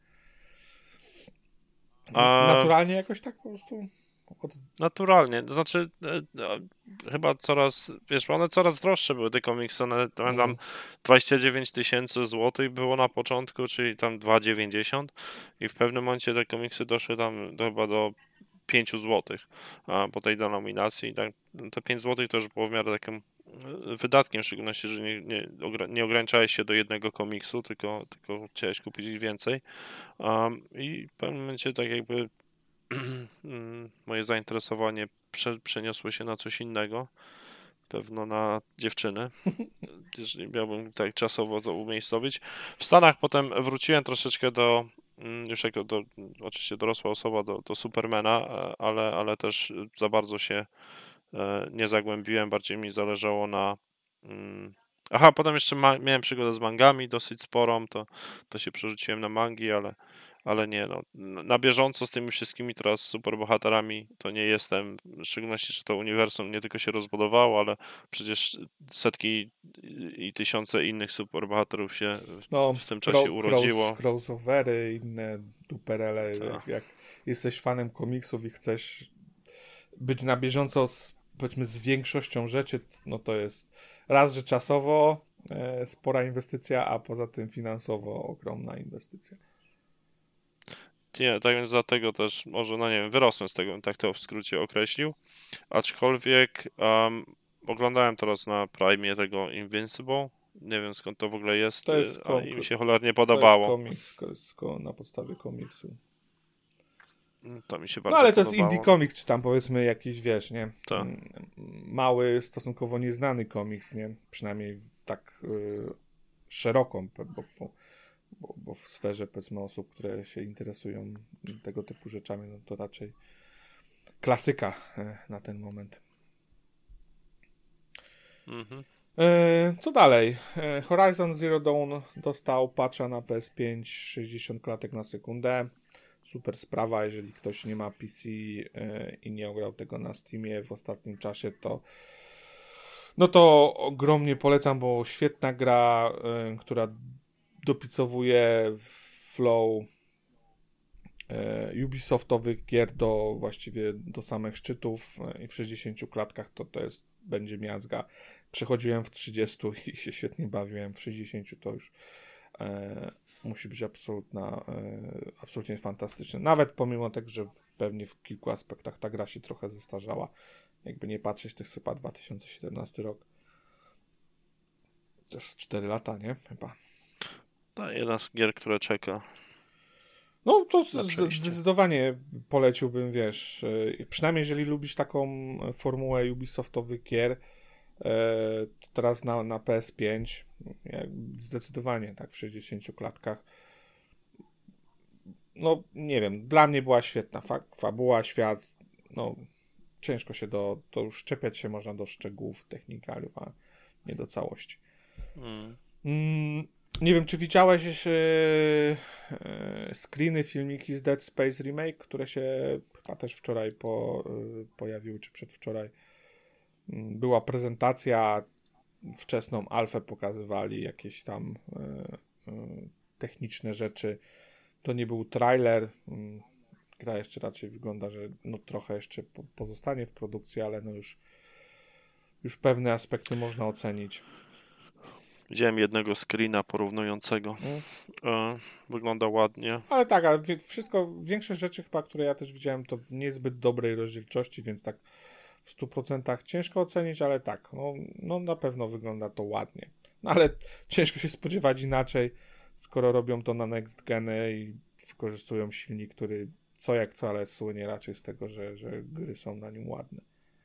A... Naturalnie jakoś tak po prostu? Od... Naturalnie, to znaczy e, e, chyba coraz, wiesz, one coraz droższe były te komiksy, one tam mm. dwadzieścia dziewięć tysięcy złotych było na początku, czyli tam dwa dziewięćdziesiąt i w pewnym momencie te komiksy doszły tam do, chyba do pięć złotych po tej denominacji. Tak, te pięć złotych to już było w miarę takim wydatkiem, w szczególności, że nie, nie, nie ograniczałeś się do jednego komiksu, tylko, tylko chciałeś kupić ich więcej. Um, I w pewnym momencie tak jakby moje zainteresowanie prze, przeniosło się na coś innego. Pewno na dziewczyny, jeżeli miałbym tak czasowo to umiejscowić. W Stanach potem wróciłem troszeczkę do już jako do, oczywiście dorosła osoba do, do Supermana, ale, ale też za bardzo się nie zagłębiłem, bardziej mi zależało na... Aha, potem jeszcze ma, miałem przygodę z mangami dosyć sporą, to, to się przerzuciłem na mangi, ale, ale nie, no, na bieżąco z tymi wszystkimi teraz superbohaterami to nie jestem, w szczególności, że to uniwersum nie tylko się rozbudowało, ale przecież setki i tysiące innych superbohaterów się no, w tym czasie cross, urodziło. Crossovery, inne duperele, jak, jak jesteś fanem komiksów i chcesz być na bieżąco z, powiedzmy, z większością rzeczy, no to jest raz, że czasowo e, spora inwestycja, a poza tym finansowo ogromna inwestycja. Nie, tak więc dlatego też może, no nie wiem, wyrosłem z tego, bym tak to w skrócie określił. Aczkolwiek um, oglądałem teraz na Prime tego Invincible. Nie wiem skąd to w ogóle jest, To y, jest, ale ko- i mi się cholernie to jest podobało. komiks, to jest ko- na podstawie komiksu. Mm, To mi się No bardzo ale to jest indie podobało. komiks, czy tam powiedzmy jakiś, wiesz, nie? Tak. Mm, Mały, stosunkowo nieznany komiks, nie? Przynajmniej tak y, szeroko, bo, bo, bo, bo w sferze, powiedzmy, osób, które się interesują tego typu rzeczami, no to raczej klasyka e, na ten moment. Mhm. E, co dalej? E, Horizon Zero Dawn dostał patcha na P S pięć sześćdziesiąt klatek na sekundę. Super sprawa, jeżeli ktoś nie ma P C e, i nie ograł tego na Steamie w ostatnim czasie, to no to ogromnie polecam, bo świetna gra, e, która dopicowuje flow e, Ubisoftowych gier do właściwie do samych szczytów e, i w sześćdziesięciu klatkach to, to jest, będzie miazga. Przechodziłem w trzydziestu i się świetnie bawiłem. W sześćdziesięciu to już e, musi być absolutna, e, absolutnie fantastyczne. Nawet pomimo tego, że w, pewnie w kilku aspektach ta gra się trochę zestarzała. Jakby nie patrzeć, to jest chyba dwa tysiące siedemnasty rok. Też cztery lata, nie? Chyba. To jedna z gier, które czeka. No to z, Na z, przejście. zdecydowanie poleciłbym, wiesz, e, przynajmniej jeżeli lubisz taką formułę Ubisoftowych gier, e, to teraz na, na P S pięć, jak, zdecydowanie tak w sześćdziesięciu klatkach. No nie wiem, dla mnie była świetna fa fabuła, świat, no ciężko się do, to już czepiać się można do szczegółów, technikaliów, a nie do całości. Mm. Mm, nie wiem, czy widziałeś e, e, screeny, filmiki z Dead Space Remake, które się chyba też wczoraj po, e, pojawiły, czy przedwczoraj. Mm, Była prezentacja, wczesną alfę pokazywali, jakieś tam e, e, techniczne rzeczy. To nie był trailer. Mm, Gra jeszcze raczej wygląda, że no trochę jeszcze po, pozostanie w produkcji, ale no już, już pewne aspekty można ocenić. Widziałem jednego screena porównującego. Mm. E, wygląda ładnie. Ale tak, ale wi- wszystko, większość rzeczy chyba, które ja też widziałem, to w niezbyt dobrej rozdzielczości, więc tak w stu procentach ciężko ocenić, ale tak, no, no na pewno wygląda to ładnie. No ale ciężko się spodziewać inaczej, skoro robią to na next geny i wykorzystują silnik, który co jak co, ale słynie raczej z tego, że, że gry są na nim ładne.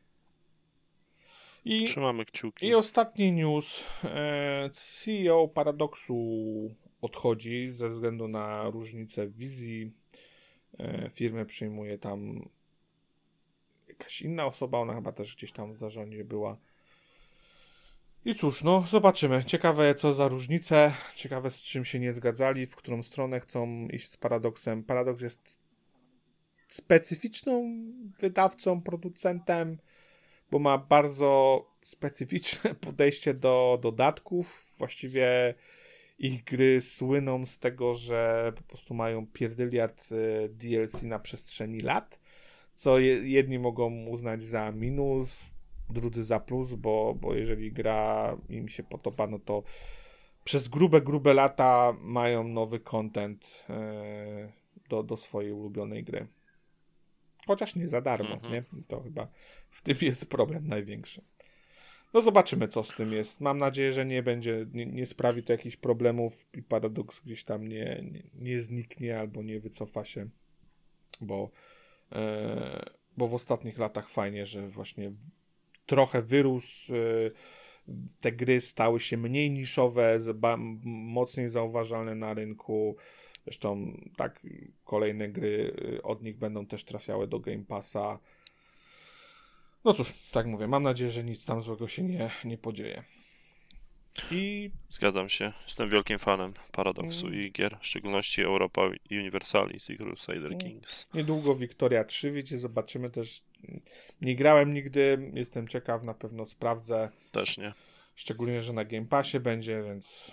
I Trzymamy kciuki. I ostatni news. E, C E O Paradoxu odchodzi ze względu na różnicę wizji. E, firmę przyjmuje tam jakaś inna osoba, ona chyba też gdzieś tam w zarządzie była. I cóż, no zobaczymy. Ciekawe co za różnice, ciekawe z czym się nie zgadzali, w którą stronę chcą iść z Paradoxem. Paradox jest specyficzną wydawcą, producentem, bo ma bardzo specyficzne podejście do dodatków. Właściwie ich gry słyną z tego, że po prostu mają pierdyliard D L C na przestrzeni lat, co jedni mogą uznać za minus, drudzy za plus, bo, bo jeżeli gra im się podoba, no to przez grube, grube lata mają nowy content e, do, do swojej ulubionej gry. Chociaż nie za darmo, Mhm. nie? To chyba w tym jest problem największy. No zobaczymy, co z tym jest. Mam nadzieję, że nie będzie, nie, nie sprawi to jakichś problemów i Paradox gdzieś tam nie, nie, nie zniknie albo nie wycofa się, bo, e, bo w ostatnich latach fajnie, że właśnie trochę wyrósł, e, te gry stały się mniej niszowe, ba, mocniej zauważalne na rynku. Zresztą tak, kolejne gry od nich będą też trafiały do Game Passa. No cóż, tak mówię, mam nadzieję, że nic tam złego się nie, nie podzieje. I Zgadzam się. Jestem wielkim fanem Paradoxu Mm. i gier, w szczególności Europa Universalis i Crusader Mm. Kings. niedługo Wiktoria trzy wyjdzie, zobaczymy też. Nie grałem nigdy, jestem ciekaw, na pewno sprawdzę. Też nie. Szczególnie, że na Game Passie będzie, więc...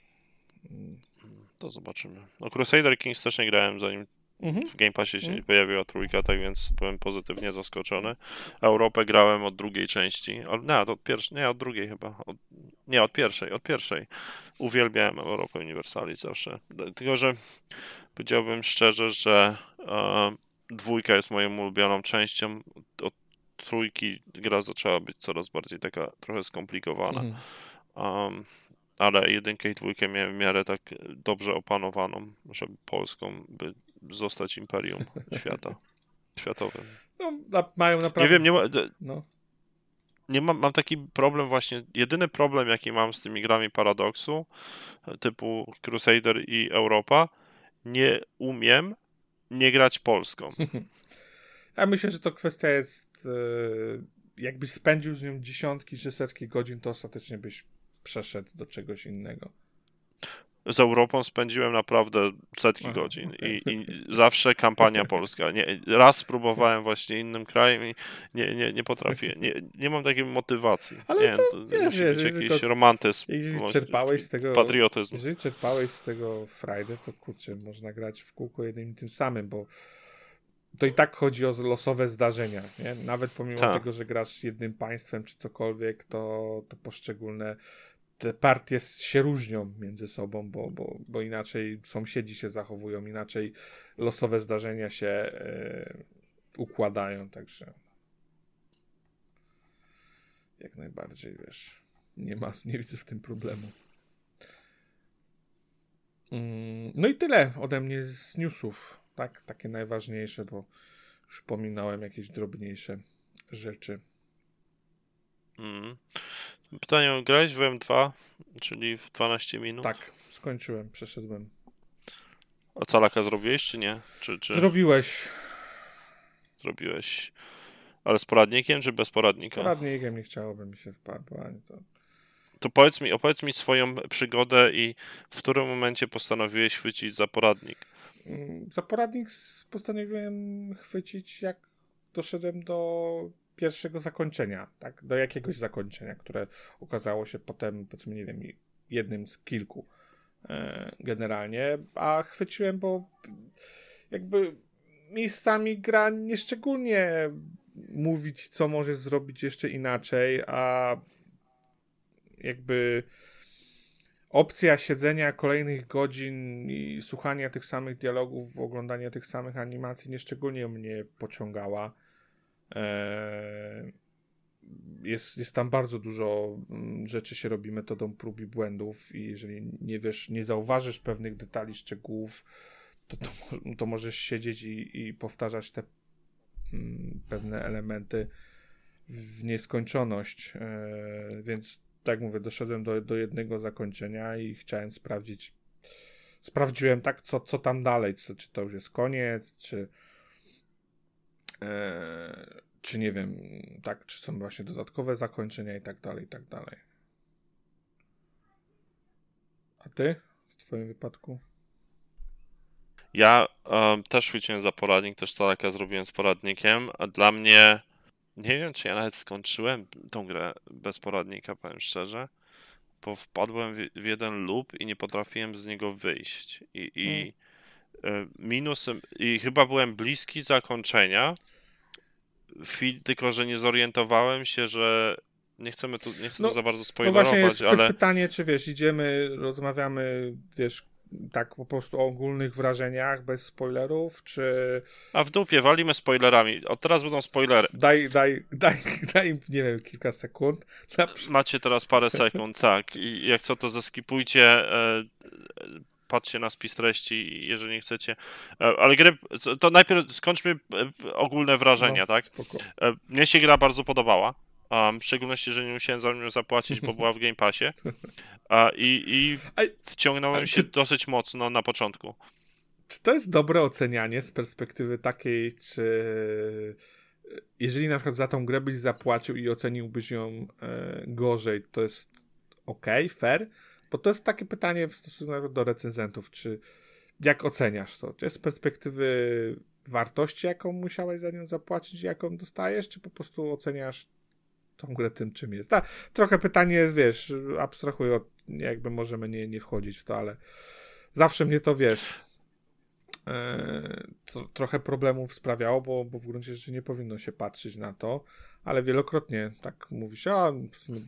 To zobaczymy. No Crusader Kings też nie grałem, zanim Mhm. w Game Passie się Mhm. nie pojawiła trójka, tak więc byłem pozytywnie zaskoczony. Europę grałem od drugiej części. Od, nie, od pierwszej, nie, od drugiej chyba. Od, nie, od pierwszej, od pierwszej. uwielbiałem Europę Universalis zawsze. Tylko, że powiedziałbym szczerze, że e, dwójka jest moją ulubioną częścią. Od trójki gra zaczęła być coraz bardziej taka trochę skomplikowana. Mhm. Um, ale jedynkę i dwójkę miałem w miarę tak dobrze opanowaną, żeby Polską, by zostać imperium świata, światowym. No, na, mają Nie naprawdę... wiem, nie, ma, No. nie mam, mam taki problem właśnie, jedyny problem jaki mam z tymi grami Paradoksu, typu Crusader i Europa, nie umiem nie grać Polską. Ja myślę, że to kwestia jest, e, jakbyś spędził z nią dziesiątki czy setki godzin, to ostatecznie byś przeszedł do czegoś innego. Z Europą spędziłem naprawdę setki Aha, godzin okay. i, i zawsze kampania polska. Nie, raz spróbowałem właśnie innym krajem i nie, nie, nie potrafię. Nie, nie mam takiej motywacji. Ale nie, to, to wiesz, musi wiesz, być jakiś tylko- romantyzm, Jeżeli może czerpałeś z tego, patriotyzm. jeżeli czerpałeś z tego frajdę, to kurczę, można grać w kółko jednym i tym samym, bo to i tak chodzi o losowe zdarzenia, nie? Nawet pomimo Tak. tego, że grasz jednym państwem czy cokolwiek, to, to poszczególne te partie się różnią między sobą, bo, bo, bo inaczej sąsiedzi się zachowują, inaczej losowe zdarzenia się e, układają, także jak najbardziej, wiesz, nie ma, nie widzę w tym problemu. Mm, no i tyle ode mnie z newsów, tak, takie najważniejsze, bo już pominąłem jakieś drobniejsze rzeczy. Mm. Pytanie, grałeś w M dwa, czyli w dwanaście minut? Tak, skończyłem, przeszedłem. A calaka zrobiłeś, czy nie? Czy, czy Zrobiłeś. zrobiłeś, ale z poradnikiem, czy bez poradnika? Poradnikiem nie chciałoby mi się wpadać. To... To powiedz mi, opowiedz mi swoją przygodę i w którym momencie postanowiłeś chwycić za poradnik? Za poradnik postanowiłem chwycić, jak doszedłem do pierwszego zakończenia, tak? Do jakiegoś zakończenia, które okazało się potem, powiedzmy, nie wiem, jednym z kilku e, generalnie, a chwyciłem, bo jakby miejscami gra nieszczególnie mówić, co możesz zrobić jeszcze inaczej, a jakby opcja siedzenia kolejnych godzin i słuchania tych samych dialogów, oglądania tych samych animacji nieszczególnie mnie pociągała. Eee, jest, jest tam bardzo dużo rzeczy się robi metodą prób i błędów i jeżeli nie wiesz, nie zauważysz pewnych detali, szczegółów, to, to, to możesz siedzieć i, i powtarzać te mm, pewne elementy w nieskończoność. Eee, więc tak jak mówię, doszedłem do, do jednego zakończenia i chciałem sprawdzić, sprawdziłem tak, co, co tam dalej, co, czy to już jest koniec, czy e, czy nie wiem, tak, czy są właśnie dodatkowe zakończenia i tak dalej, i tak dalej. A ty? W twoim wypadku? Ja um, też chwyciłem za poradnik, też tak jak zrobiłem z poradnikiem, a dla mnie nie wiem, czy ja nawet skończyłem tą grę bez poradnika, powiem szczerze, bo wpadłem w, w jeden loop i nie potrafiłem z niego wyjść. I, i hmm. y, minusem, i chyba byłem bliski zakończenia, Fil, tylko że nie zorientowałem się, że nie chcemy tu, nie chcę no, tu za bardzo no spoilerować, właśnie jest ale... pytanie, czy wiesz, idziemy, rozmawiamy, wiesz, tak po prostu o ogólnych wrażeniach, bez spoilerów, czy... A w dupie, walimy spoilerami. Od teraz będą spoilery. Daj, daj, daj, daj, nie wiem, kilka sekund. Macie teraz parę sekund, tak. I jak co, to zeskipujcie, e, patrzcie na spis treści, jeżeli nie chcecie. E, ale gry, to najpierw skończmy ogólne wrażenia, no, tak? Spoko. E, mnie się gra bardzo podobała. Um, w szczególności, że nie musiałem za nią zapłacić, bo była w Game Passie. A, i, I wciągnąłem się czy, dosyć mocno na początku. Czy to jest dobre ocenianie z perspektywy takiej, czy jeżeli na przykład za tą grę byś zapłacił i oceniłbyś ją e, gorzej, to jest okej, okay, fair? Bo to jest takie pytanie w stosunku do recenzentów, czy jak oceniasz to? Czy z perspektywy wartości, jaką musiałeś za nią zapłacić, jaką dostajesz, czy po prostu oceniasz tą grę tym, czym jest? Ta, trochę pytanie jest, wiesz, abstrahuję od, jakby możemy nie, nie wchodzić w to, ale zawsze mnie to, wiesz, e, to, trochę problemów sprawiało, bo, bo w gruncie rzeczy nie powinno się patrzeć na to, ale wielokrotnie tak mówi się, a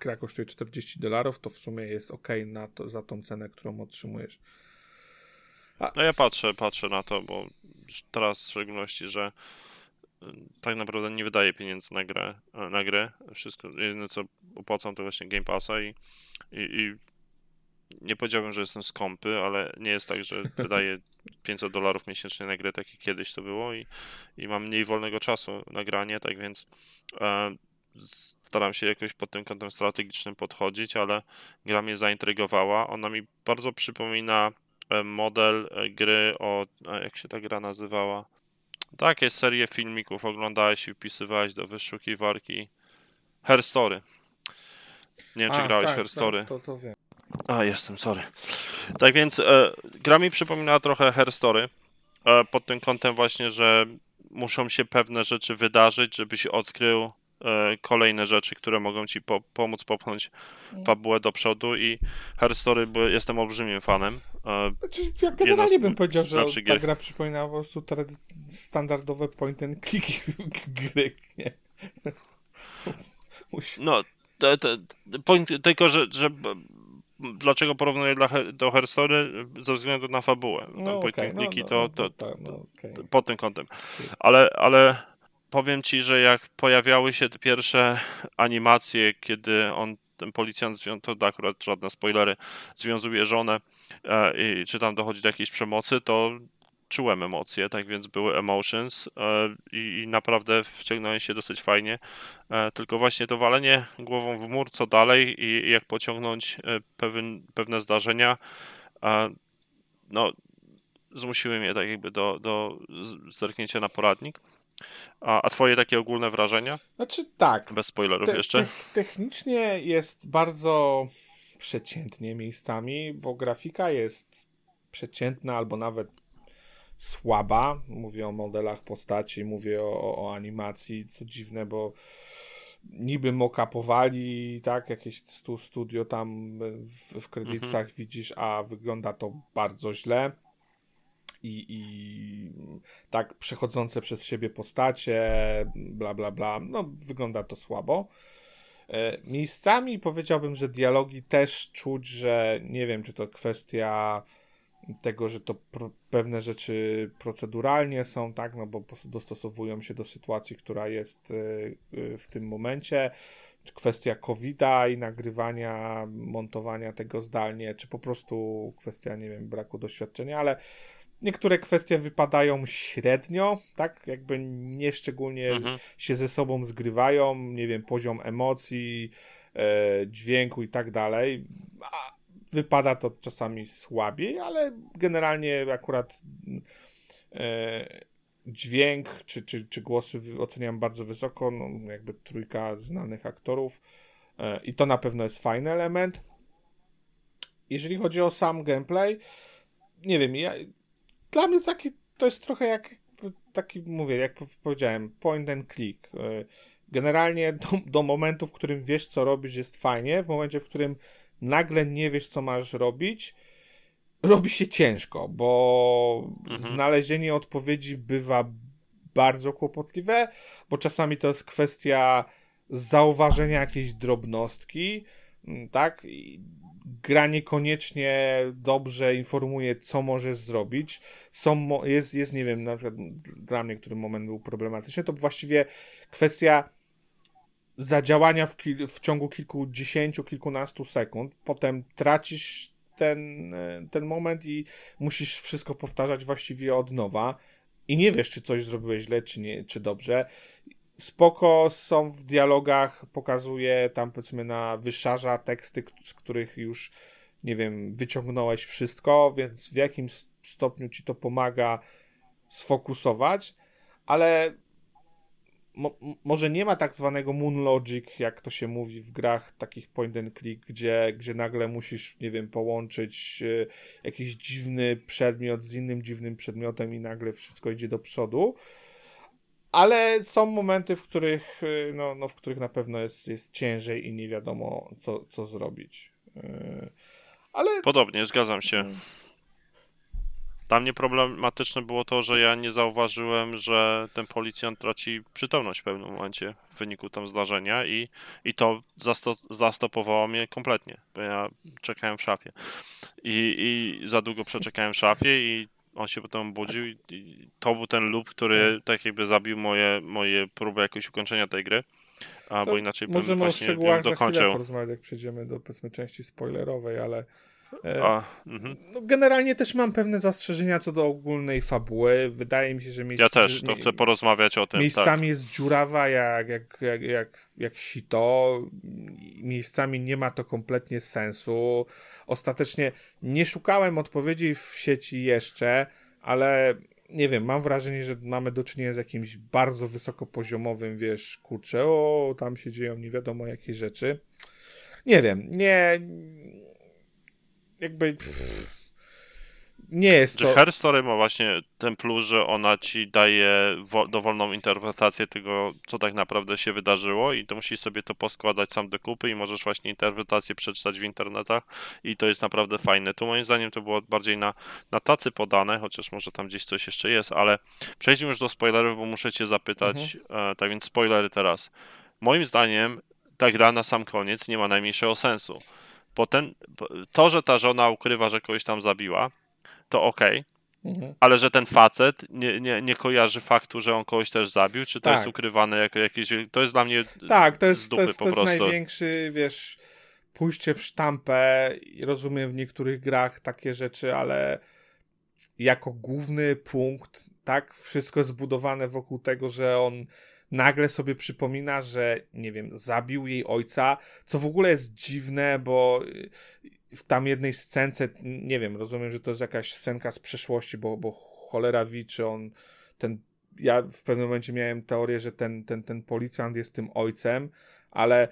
gra kosztuje czterdzieści dolarów, to w sumie jest ok na to, za tą cenę, którą otrzymujesz. A... No ja patrzę, patrzę na to, bo teraz w szczególności, że tak naprawdę nie wydaję pieniędzy na grę, na grę. Wszystko, jedyne co opłacam to właśnie Game Passa i, i, i nie powiedziałbym, że jestem skąpy, ale nie jest tak, że wydaję pięćset dolarów miesięcznie na grę, tak jak kiedyś to było i, i mam mniej wolnego czasu na granie, tak więc e, staram się jakoś pod tym kątem strategicznym podchodzić, ale gra mnie zaintrygowała. Ona mi bardzo przypomina model gry o, jak się ta gra nazywała? Takie serię filmików oglądałeś i wpisywałeś do wyszukiwarki. Her Story. Nie wiem, czy A, grałeś tak, Her Story. tak, to, to wiem. A, jestem, sorry. Tak więc e, gra mi przypomina trochę Her Story. E, pod tym kątem właśnie, że muszą się pewne rzeczy wydarzyć, żebyś odkrył e, kolejne rzeczy, które mogą ci po, pomóc popchnąć fabułę do przodu i Her Story by, jestem olbrzymim fanem. E, Znaczy, ja generalnie z, bym powiedział, że ta gier. gra przypomina po prostu trady- standardowe point and click gry, nie? No, te, te, point, tylko, że, że dlaczego porównuję dla, do Her Story? Ze względu na fabułę. No, point okay, and clicki no, to, no, to, no, to, tak, no, okay. pod tym kątem. Ale, ale powiem ci, że jak pojawiały się te pierwsze animacje, kiedy on, ten policjant, to akurat żadne spoilery, związuje żonę e, i czy tam dochodzi do jakiejś przemocy, to czułem emocje, tak więc były emotions e, i, i naprawdę wciągnąłem się dosyć fajnie. E, tylko właśnie to walenie głową w mur, co dalej i, i jak pociągnąć e, pewien, pewne zdarzenia, e, no zmusiły mnie tak jakby do, do zerknięcia na poradnik. A, a twoje takie ogólne wrażenia? Znaczy tak. Bez spoilerów te, jeszcze. Te, technicznie jest bardzo przeciętnie miejscami, bo grafika jest przeciętna albo nawet słaba. Mówię o modelach postaci, mówię o, o animacji, co dziwne, bo niby mock-upowali, tak, jakieś stu, studio tam w, w kredytach mhm. widzisz, a wygląda to bardzo źle. I, i tak przechodzące przez siebie postacie, bla, bla, bla, no wygląda to słabo. E, miejscami powiedziałbym, że dialogi też czuć, że nie wiem, czy to kwestia tego, że to pro, pewne rzeczy proceduralnie są, tak, no bo po prostu dostosowują się do sytuacji, która jest y, y, w tym momencie, czy kwestia kowida i nagrywania, montowania tego zdalnie, czy po prostu kwestia, nie wiem, braku doświadczenia, ale niektóre kwestie wypadają średnio, tak, jakby nie szczególnie mhm. się ze sobą zgrywają, nie wiem, poziom emocji, e, dźwięku i tak dalej, a wypada to czasami słabiej, ale generalnie akurat e, dźwięk czy, czy, czy głosy oceniam bardzo wysoko, no, jakby trójka znanych aktorów e, i to na pewno jest fajny element. Jeżeli chodzi o sam gameplay, nie wiem, ja, dla mnie taki, to jest trochę jak taki, mówię, jak powiedziałem, point and click. E, generalnie do, do momentu, w którym wiesz, co robisz, jest fajnie, w momencie, w którym nagle nie wiesz, co masz robić, robi się ciężko, bo mhm. znalezienie odpowiedzi bywa bardzo kłopotliwe, bo czasami to jest kwestia zauważenia jakiejś drobnostki, tak? I gra niekoniecznie dobrze informuje, co możesz zrobić. Są, jest, jest, nie wiem, na przykład dla mnie, który moment był problematyczny, to właściwie kwestia zadziałania w, kil- w ciągu kilkudziesięciu, kilkunastu sekund, potem tracisz ten, ten moment i musisz wszystko powtarzać właściwie od nowa i nie wiesz, czy coś zrobiłeś źle, czy nie, czy dobrze. Spoko są w dialogach, pokazuje tam, powiedzmy, na wyszarza teksty, z których już, nie wiem, wyciągnąłeś wszystko, więc w jakim stopniu ci to pomaga sfokusować, ale Mo- może nie ma tak zwanego moon logic, jak to się mówi w grach takich point and click, gdzie, gdzie nagle musisz, nie wiem, połączyć y, jakiś dziwny przedmiot z innym dziwnym przedmiotem i nagle wszystko idzie do przodu. Ale są momenty, w których, y, no, no, w których na pewno jest, jest ciężej i nie wiadomo, co, co zrobić. Y, ale... Podobnie, zgadzam się. Dla mnie problematyczne było to, że ja nie zauważyłem, że ten policjant traci przytomność w pewnym momencie w wyniku tam zdarzenia i, i to zasto zastopowało mnie kompletnie, bo ja czekałem w szafie i, i za długo przeczekałem w szafie i on się potem obudził i, i to był ten loop, który tak jakby zabił moje, moje próby jakoś ukończenia tej gry, a, bo To inaczej bym możemy o właśnie ją szczegółach za chwilę dokończył. porozmawiać, jak przejdziemy do, powiedzmy, części spoilerowej, ale e, A, mhm. no, generalnie też mam pewne zastrzeżenia co do ogólnej fabuły. Wydaje mi się, że miejsc, Ja też, że, to chcę porozmawiać o tym, miejscami tak. jest dziurawa jak, jak, jak, jak, jak sito. Miejscami nie ma to kompletnie sensu. Ostatecznie nie szukałem odpowiedzi w sieci jeszcze, ale nie wiem, mam wrażenie, że mamy do czynienia z jakimś bardzo wysokopoziomowym, wiesz, kurczę, o, tam się dzieją nie wiadomo jakie rzeczy. Nie wiem, nie... Jakby... Pff, nie jest Że to... Her Story ma właśnie ten plus, że ona ci daje wo dowolną interpretację tego, co tak naprawdę się wydarzyło i to musisz sobie to poskładać sam do kupy i możesz właśnie interpretację przeczytać w internetach i to jest naprawdę fajne. Tu moim zdaniem to było bardziej na, na tacy podane, chociaż może tam gdzieś coś jeszcze jest, ale przejdźmy już do spoilerów, bo muszę cię zapytać, Mhm. e, tak więc spoilery teraz. Moim zdaniem ta gra na sam koniec nie ma najmniejszego sensu. Potem to, że ta żona ukrywa, że kogoś tam zabiła, to okej, Mhm. ale że ten facet nie, nie, nie kojarzy faktu, że on kogoś też zabił, czy to Tak. jest ukrywane jako jakieś... To jest dla mnie Tak, to z jest, to dupy jest, po to jest prostu. największy, wiesz, pójście w sztampę. Rozumiem w niektórych grach takie rzeczy, ale jako główny punkt, tak, wszystko jest zbudowane wokół tego, że on nagle sobie przypomina, że, nie wiem, zabił jej ojca, co w ogóle jest dziwne, bo w tam jednej scence, nie wiem, rozumiem, że to jest jakaś scenka z przeszłości, bo, bo cholera wie, czy on, ten, ja w pewnym momencie miałem teorię, że ten, ten, ten policjant jest tym ojcem, ale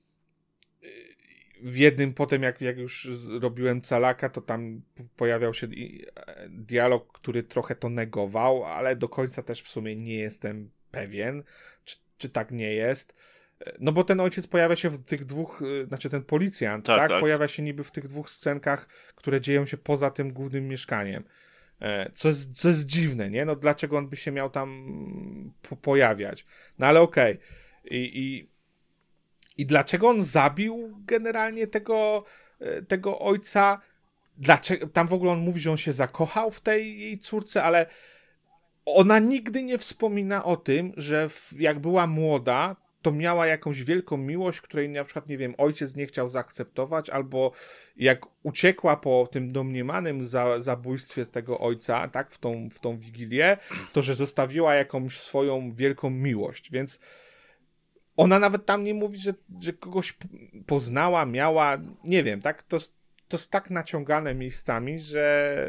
w jednym potem, jak, jak już robiłem calaka, to tam pojawiał się dialog, który trochę to negował, ale do końca też w sumie nie jestem pewien, czy, czy tak nie jest. No bo ten ojciec pojawia się w tych dwóch, znaczy ten policjant, tak, Tak, tak? tak. Pojawia się niby w tych dwóch scenkach, które dzieją się poza tym głównym mieszkaniem. Co jest, co jest dziwne, nie? No dlaczego on by się miał tam po pojawiać? No ale okej. Okay. I, i I dlaczego on zabił generalnie tego, tego ojca? Dlaczego? Tam w ogóle on mówi, że on się zakochał w tej jej córce, ale ona nigdy nie wspomina o tym, że w, jak była młoda, to miała jakąś wielką miłość, której na przykład, nie wiem, ojciec nie chciał zaakceptować, albo jak uciekła po tym domniemanym za, zabójstwie tego ojca, tak, w tą, w tą wigilię, to że zostawiła jakąś swoją wielką miłość, więc ona nawet tam nie mówi, że, że kogoś poznała, miała, nie wiem, tak? To, to jest tak naciągane miejscami, że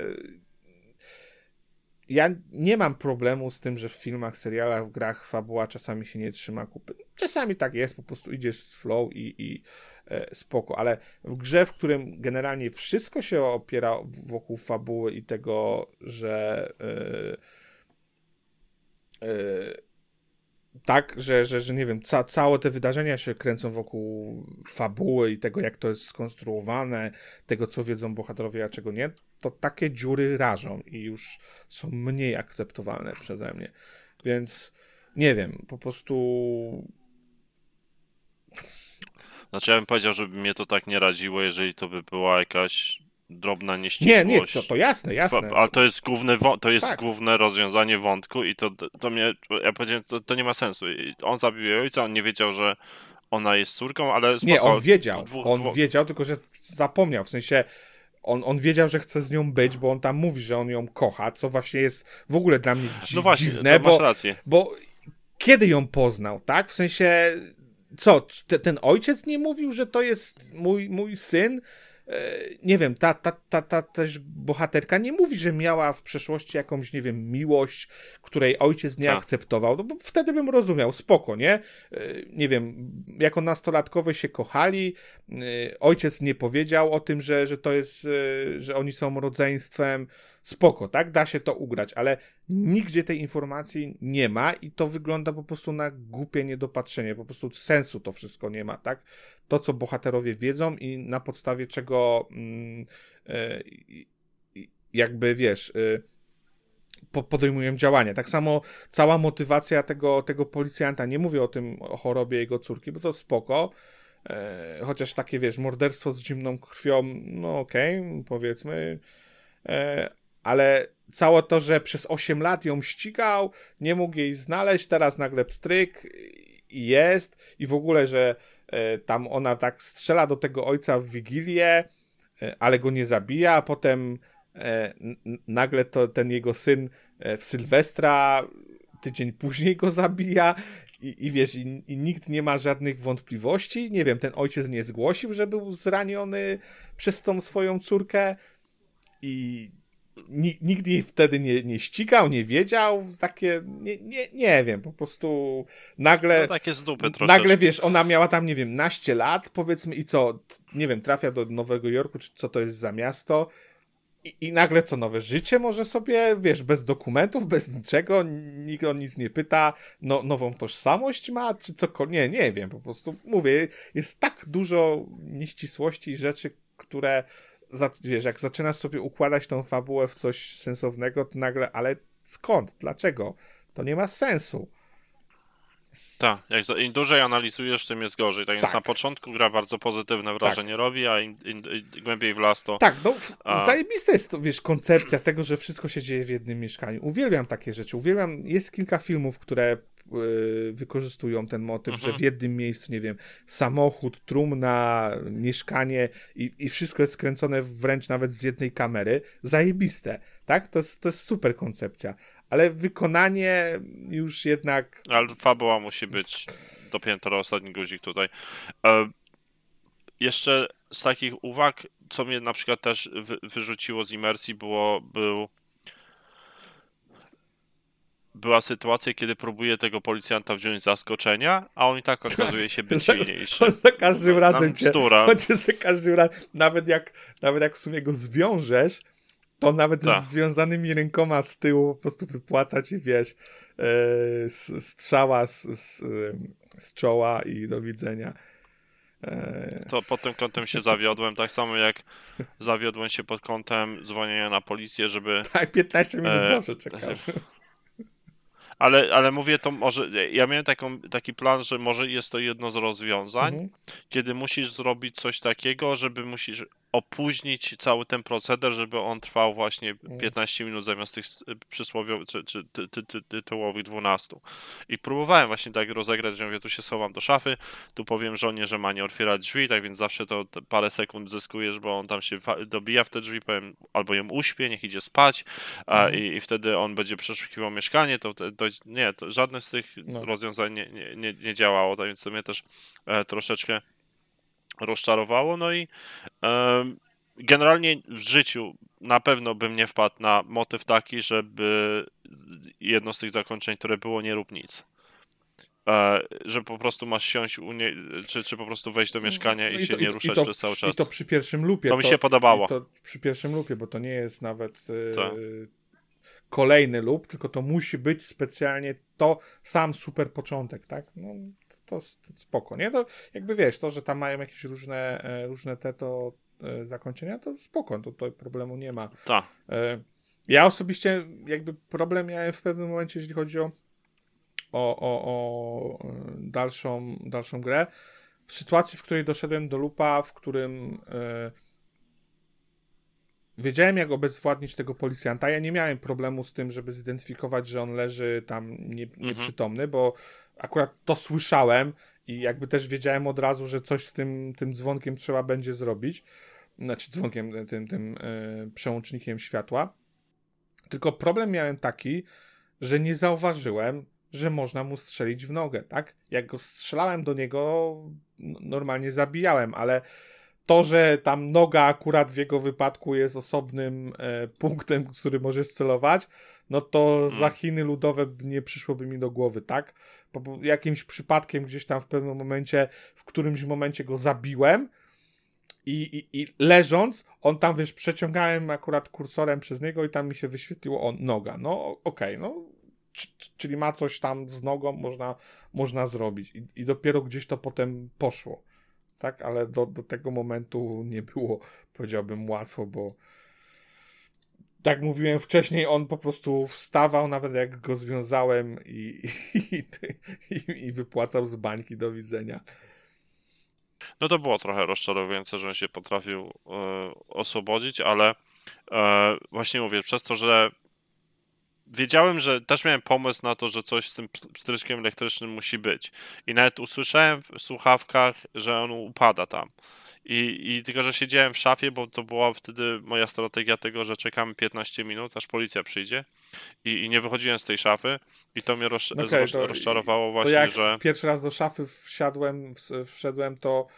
ja nie mam problemu z tym, że w filmach, serialach, w grach fabuła czasami się nie trzyma kupy. Czasami tak jest, po prostu idziesz z flow i, i e, spoko, ale w grze, w którym generalnie wszystko się opiera wokół fabuły i tego, że e, e, tak, że, że, że nie wiem, ca, całe te wydarzenia się kręcą wokół fabuły i tego, jak to jest skonstruowane, tego, co wiedzą bohaterowie, a czego nie, to takie dziury rażą i już są mniej akceptowalne przeze mnie. Więc nie wiem, po prostu... Znaczy ja bym powiedział, żeby mnie to tak nie raziło, jeżeli to by była jakaś drobna nieścisłość. Nie, nie, to, to jasne, jasne. Ale to jest główne, to jest tak. główne rozwiązanie wątku i to, to mnie, ja powiedziałem, to, to nie ma sensu. On zabił jej ojca, on nie wiedział, że ona jest córką, ale spoko. Nie, on wiedział, dwóch, on dwóch... wiedział, tylko że zapomniał, w sensie on, on wiedział, że chce z nią być, bo on tam mówi, że on ją kocha, co właśnie jest w ogóle dla mnie dzi- no właśnie, dziwne, masz bo, rację. bo kiedy ją poznał, tak? W sensie, co, te, ten ojciec nie mówił, że to jest mój, mój syn? Nie wiem, ta, ta, ta, ta też bohaterka nie mówi, że miała w przeszłości jakąś, nie wiem, miłość, której ojciec nie tak. akceptował, no bo wtedy bym rozumiał, spoko, nie? Nie wiem, jako nastolatkowie się kochali, ojciec nie powiedział o tym, że, że to jest, że oni są rodzeństwem, spoko, tak? Da się to ugrać, ale nigdzie tej informacji nie ma i to wygląda po prostu na głupie niedopatrzenie, po prostu sensu to wszystko nie ma, tak? To, co bohaterowie wiedzą i na podstawie czego mm, y, y, jakby, wiesz, y, po, podejmują działania. Tak samo cała motywacja tego, tego policjanta, nie mówię o tym, o chorobie jego córki, bo to spoko, e, chociaż takie, wiesz, morderstwo z zimną krwią, no okej, okay, powiedzmy, e, ale całe to, że przez osiem lat ją ścigał, nie mógł jej znaleźć, teraz nagle pstryk i jest, i w ogóle, że e, tam ona tak strzela do tego ojca w Wigilię, e, ale go nie zabija, a potem e, n- nagle to ten jego syn e, w Sylwestra tydzień później go zabija i, i wiesz, i, i nikt nie ma żadnych wątpliwości, nie wiem, ten ojciec nie zgłosił, że był zraniony przez tą swoją córkę i nikt jej wtedy nie, nie ścigał, nie wiedział, takie, nie, nie, nie wiem, po prostu nagle, no takie z dupy troszeczkę. Nagle, wiesz, ona miała tam, nie wiem, naście lat, powiedzmy, i co, nie wiem, trafia do Nowego Jorku, czy co to jest za miasto, i, i nagle co, nowe życie może sobie, wiesz, bez dokumentów, bez niczego, nikt o nic nie pyta, no, nową tożsamość ma, czy cokolwiek, nie, nie wiem, po prostu, mówię, jest tak dużo nieścisłości i rzeczy, które wiesz, jak zaczynasz sobie układać tą fabułę w coś sensownego, to nagle, ale skąd? Dlaczego? To nie ma sensu. Tak, jak za, im dłużej analizujesz, tym jest gorzej. Tak więc tak. na początku gra bardzo pozytywne wrażenie tak. robi, a im, im, im głębiej w las to... Tak, no a... zajebista jest to, wiesz, koncepcja tego, że wszystko się dzieje w jednym mieszkaniu. Uwielbiam takie rzeczy, uwielbiam, jest kilka filmów, które yy, wykorzystują ten motyw, mhm. że w jednym miejscu, nie wiem, samochód, trumna, mieszkanie i, i wszystko jest skręcone wręcz nawet z jednej kamery. Zajebiste, tak? To jest, to jest super koncepcja. Ale wykonanie już jednak... Ale fabuła musi być dopięta do ostatni guzik tutaj. E, jeszcze z takich uwag, co mnie na przykład też wy, wyrzuciło z imersji, było, był, była sytuacja, kiedy próbuje tego policjanta wziąć z zaskoczenia, a on i tak okazuje się być silniejszy. On za każdym razem cię, bzdura. on cię za każdym razem, nawet jak, nawet jak w sumie go zwiążesz, to nawet Ta. z związanymi rękoma z tyłu po prostu wypłata ci, wiesz, yy, strzała z, z, z czoła i do widzenia. Yy. To pod tym kątem się zawiodłem, tak samo jak zawiodłem się pod kątem dzwonienia na policję, żeby... Tak, piętnaście minut e... zawsze czekasz. Ale, ale mówię to może, ja miałem taką, taki plan, że może jest to jedno z rozwiązań, mhm. kiedy musisz zrobić coś takiego, żeby musisz opóźnić cały ten proceder, żeby on trwał właśnie piętnaście minut zamiast tych przysłowiowych czy, czy ty, ty, ty, tytułowych dwunastu. I próbowałem właśnie tak rozegrać, że mówię, tu się schowam do szafy, tu powiem żonie, że ma nie otwierać drzwi, tak więc zawsze to parę sekund zyskujesz, bo on tam się dobija w te drzwi, powiem, albo ją uśpię, niech idzie spać, a, mhm. i, i wtedy on będzie przeszukiwał mieszkanie, to, to, to nie, to żadne z tych no. rozwiązań nie, nie, nie, nie działało, tak więc to mnie też e, troszeczkę rozczarowało, no i e, generalnie w życiu na pewno bym nie wpadł na motyw taki, żeby jedno z tych zakończeń, które było nie rób nic. E, że po prostu masz siąść u nie, czy, czy po prostu wejść do mieszkania i, i się to, nie ruszać i to, przez cały czas. I to przy pierwszym lupie. To mi się podobało. To przy pierwszym lupie, bo to nie jest nawet e, kolejny lup, tylko to musi być specjalnie to sam super początek, tak? No to, to spoko, nie? To jakby wiesz, to, że tam mają jakieś różne, różne te to e, zakończenia, to spoko, to, to problemu nie ma. Tak. E, ja osobiście jakby problem miałem w pewnym momencie, jeśli chodzi o, o, o, o dalszą, dalszą grę. W sytuacji, w której doszedłem do lupa, w którym e, wiedziałem, jak obezwładnić tego policjanta. Ja nie miałem problemu z tym, żeby zidentyfikować, że on leży tam nie, nieprzytomny, mhm. bo akurat to słyszałem i jakby też wiedziałem od razu, że coś z tym, tym dzwonkiem trzeba będzie zrobić. Znaczy dzwonkiem, tym, tym yy, przełącznikiem światła. Tylko problem miałem taki, że nie zauważyłem, że można mu strzelić w nogę, tak? Jak go strzelałem do niego, normalnie zabijałem, ale to, że tam noga akurat w jego wypadku jest osobnym e, punktem, który możesz celować, no to hmm. za Chiny ludowe nie przyszłoby mi do głowy, tak? Bo jakimś przypadkiem gdzieś tam w pewnym momencie, w którymś momencie go zabiłem i, i, i leżąc, on tam, wiesz, przeciągałem akurat kursorem przez niego i tam mi się wyświetliło on, noga. No okej, okay, no czyli ma coś tam z nogą, można, można zrobić. I, i dopiero gdzieś to potem poszło. Tak, ale do, do tego momentu nie było, powiedziałbym, łatwo, bo tak mówiłem wcześniej, on po prostu wstawał, nawet jak go związałem i, i, i, i wypłacał z bańki, do widzenia. No to było trochę rozczarowujące, że on się potrafił e, oswobodzić, ale e, właśnie mówię, przez to, że wiedziałem, że też miałem pomysł na to, że coś z tym pstryczkiem elektrycznym musi być. I nawet usłyszałem w słuchawkach, że on upada tam. I, I tylko, że siedziałem w szafie, bo to była wtedy moja strategia tego, że czekamy piętnaście minut, aż policja przyjdzie. I, i nie wychodziłem z tej szafy. I to mnie roz, Okay, roz, to, rozczarowało właśnie, to jak że... pierwszy raz do szafy wsiadłem, wszedłem, to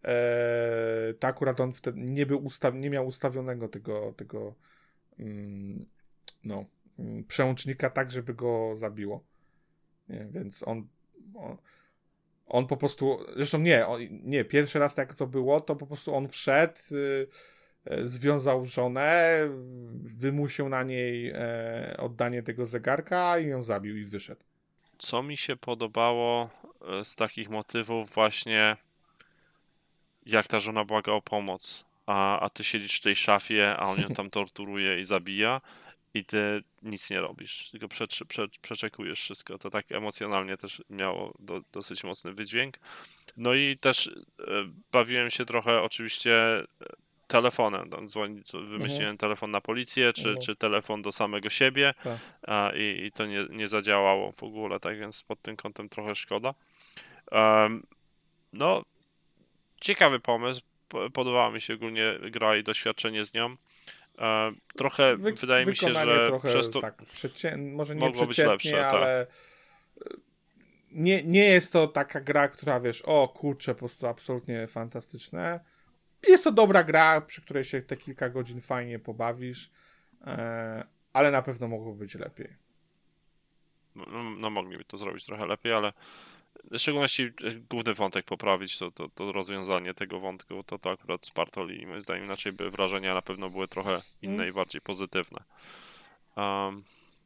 e, to akurat on wtedy nie, był ustaw, nie miał ustawionego tego, tego mm, no, mm, przełącznika tak, żeby go zabiło. Nie, więc on, on On po prostu, zresztą nie, on, nie, pierwszy raz jak to było, to po prostu on wszedł, y, y, związał żonę, wymusił na niej e, oddanie tego zegarka i ją zabił i wyszedł. Co mi się podobało z takich motywów właśnie, jak ta żona błaga o pomoc, a, a ty siedzisz w tej szafie, a on ją tam torturuje i zabija i ty nic nie robisz, tylko prze, prze, przeczekujesz wszystko. To tak emocjonalnie też miało do, dosyć mocny wydźwięk. No i też e, bawiłem się trochę oczywiście telefonem. Tam dzwoni, wymyśliłem mhm. telefon na policję, czy, mhm. czy telefon do samego siebie tak. a, i, i to nie, nie zadziałało w ogóle, tak więc pod tym kątem trochę szkoda. Um, no, ciekawy pomysł. Podobała mi się ogólnie gra i doświadczenie z nią. Um, trochę Wy, wydaje mi się, że trochę, przez to tak, przecię... może nie mogło być lepsze, ale tak. nie, nie jest to taka gra, która wiesz, o kurczę, po prostu absolutnie fantastyczne. Jest to dobra gra, przy której się te kilka godzin fajnie pobawisz, e, ale na pewno mogło być lepiej. No, no mogliby to zrobić trochę lepiej, ale w szczególności główny wątek poprawić, to, to, to rozwiązanie tego wątku, to, to akurat spartoli i moim zdaniem inaczej by wrażenia na pewno były trochę inne mm. i bardziej pozytywne. Um,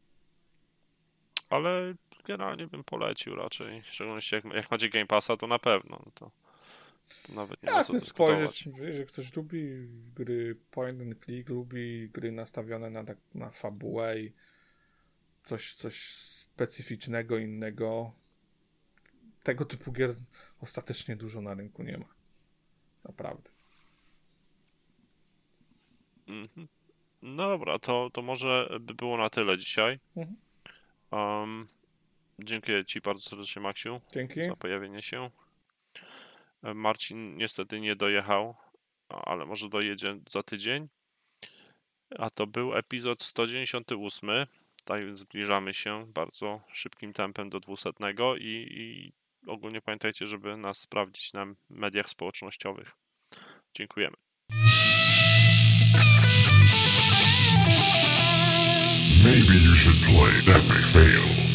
ale generalnie bym polecił raczej, w szczególności jak, jak macie Game Passa, to na pewno. No to, to nawet nie Jasne, ma co dyskutować. spojrzeć, jeżeli ktoś lubi gry point and click, lubi gry nastawione na, na fabułę i coś, coś specyficznego, innego. Tego typu gier ostatecznie dużo na rynku nie ma. Naprawdę. Mm-hmm. No dobra, to, to może by było na tyle dzisiaj. Mm-hmm. Um, dziękuję Ci bardzo serdecznie, Maksiu, Dzięki. za pojawienie się. Marcin niestety nie dojechał, ale może dojedzie za tydzień. A to był epizod sto dziewięćdziesiąty ósmy. Tak zbliżamy się bardzo szybkim tempem do dwusetnego i, i ogólnie pamiętajcie, żeby nas sprawdzić na mediach społecznościowych. Dziękujemy. Maybe you should play Epic Fail.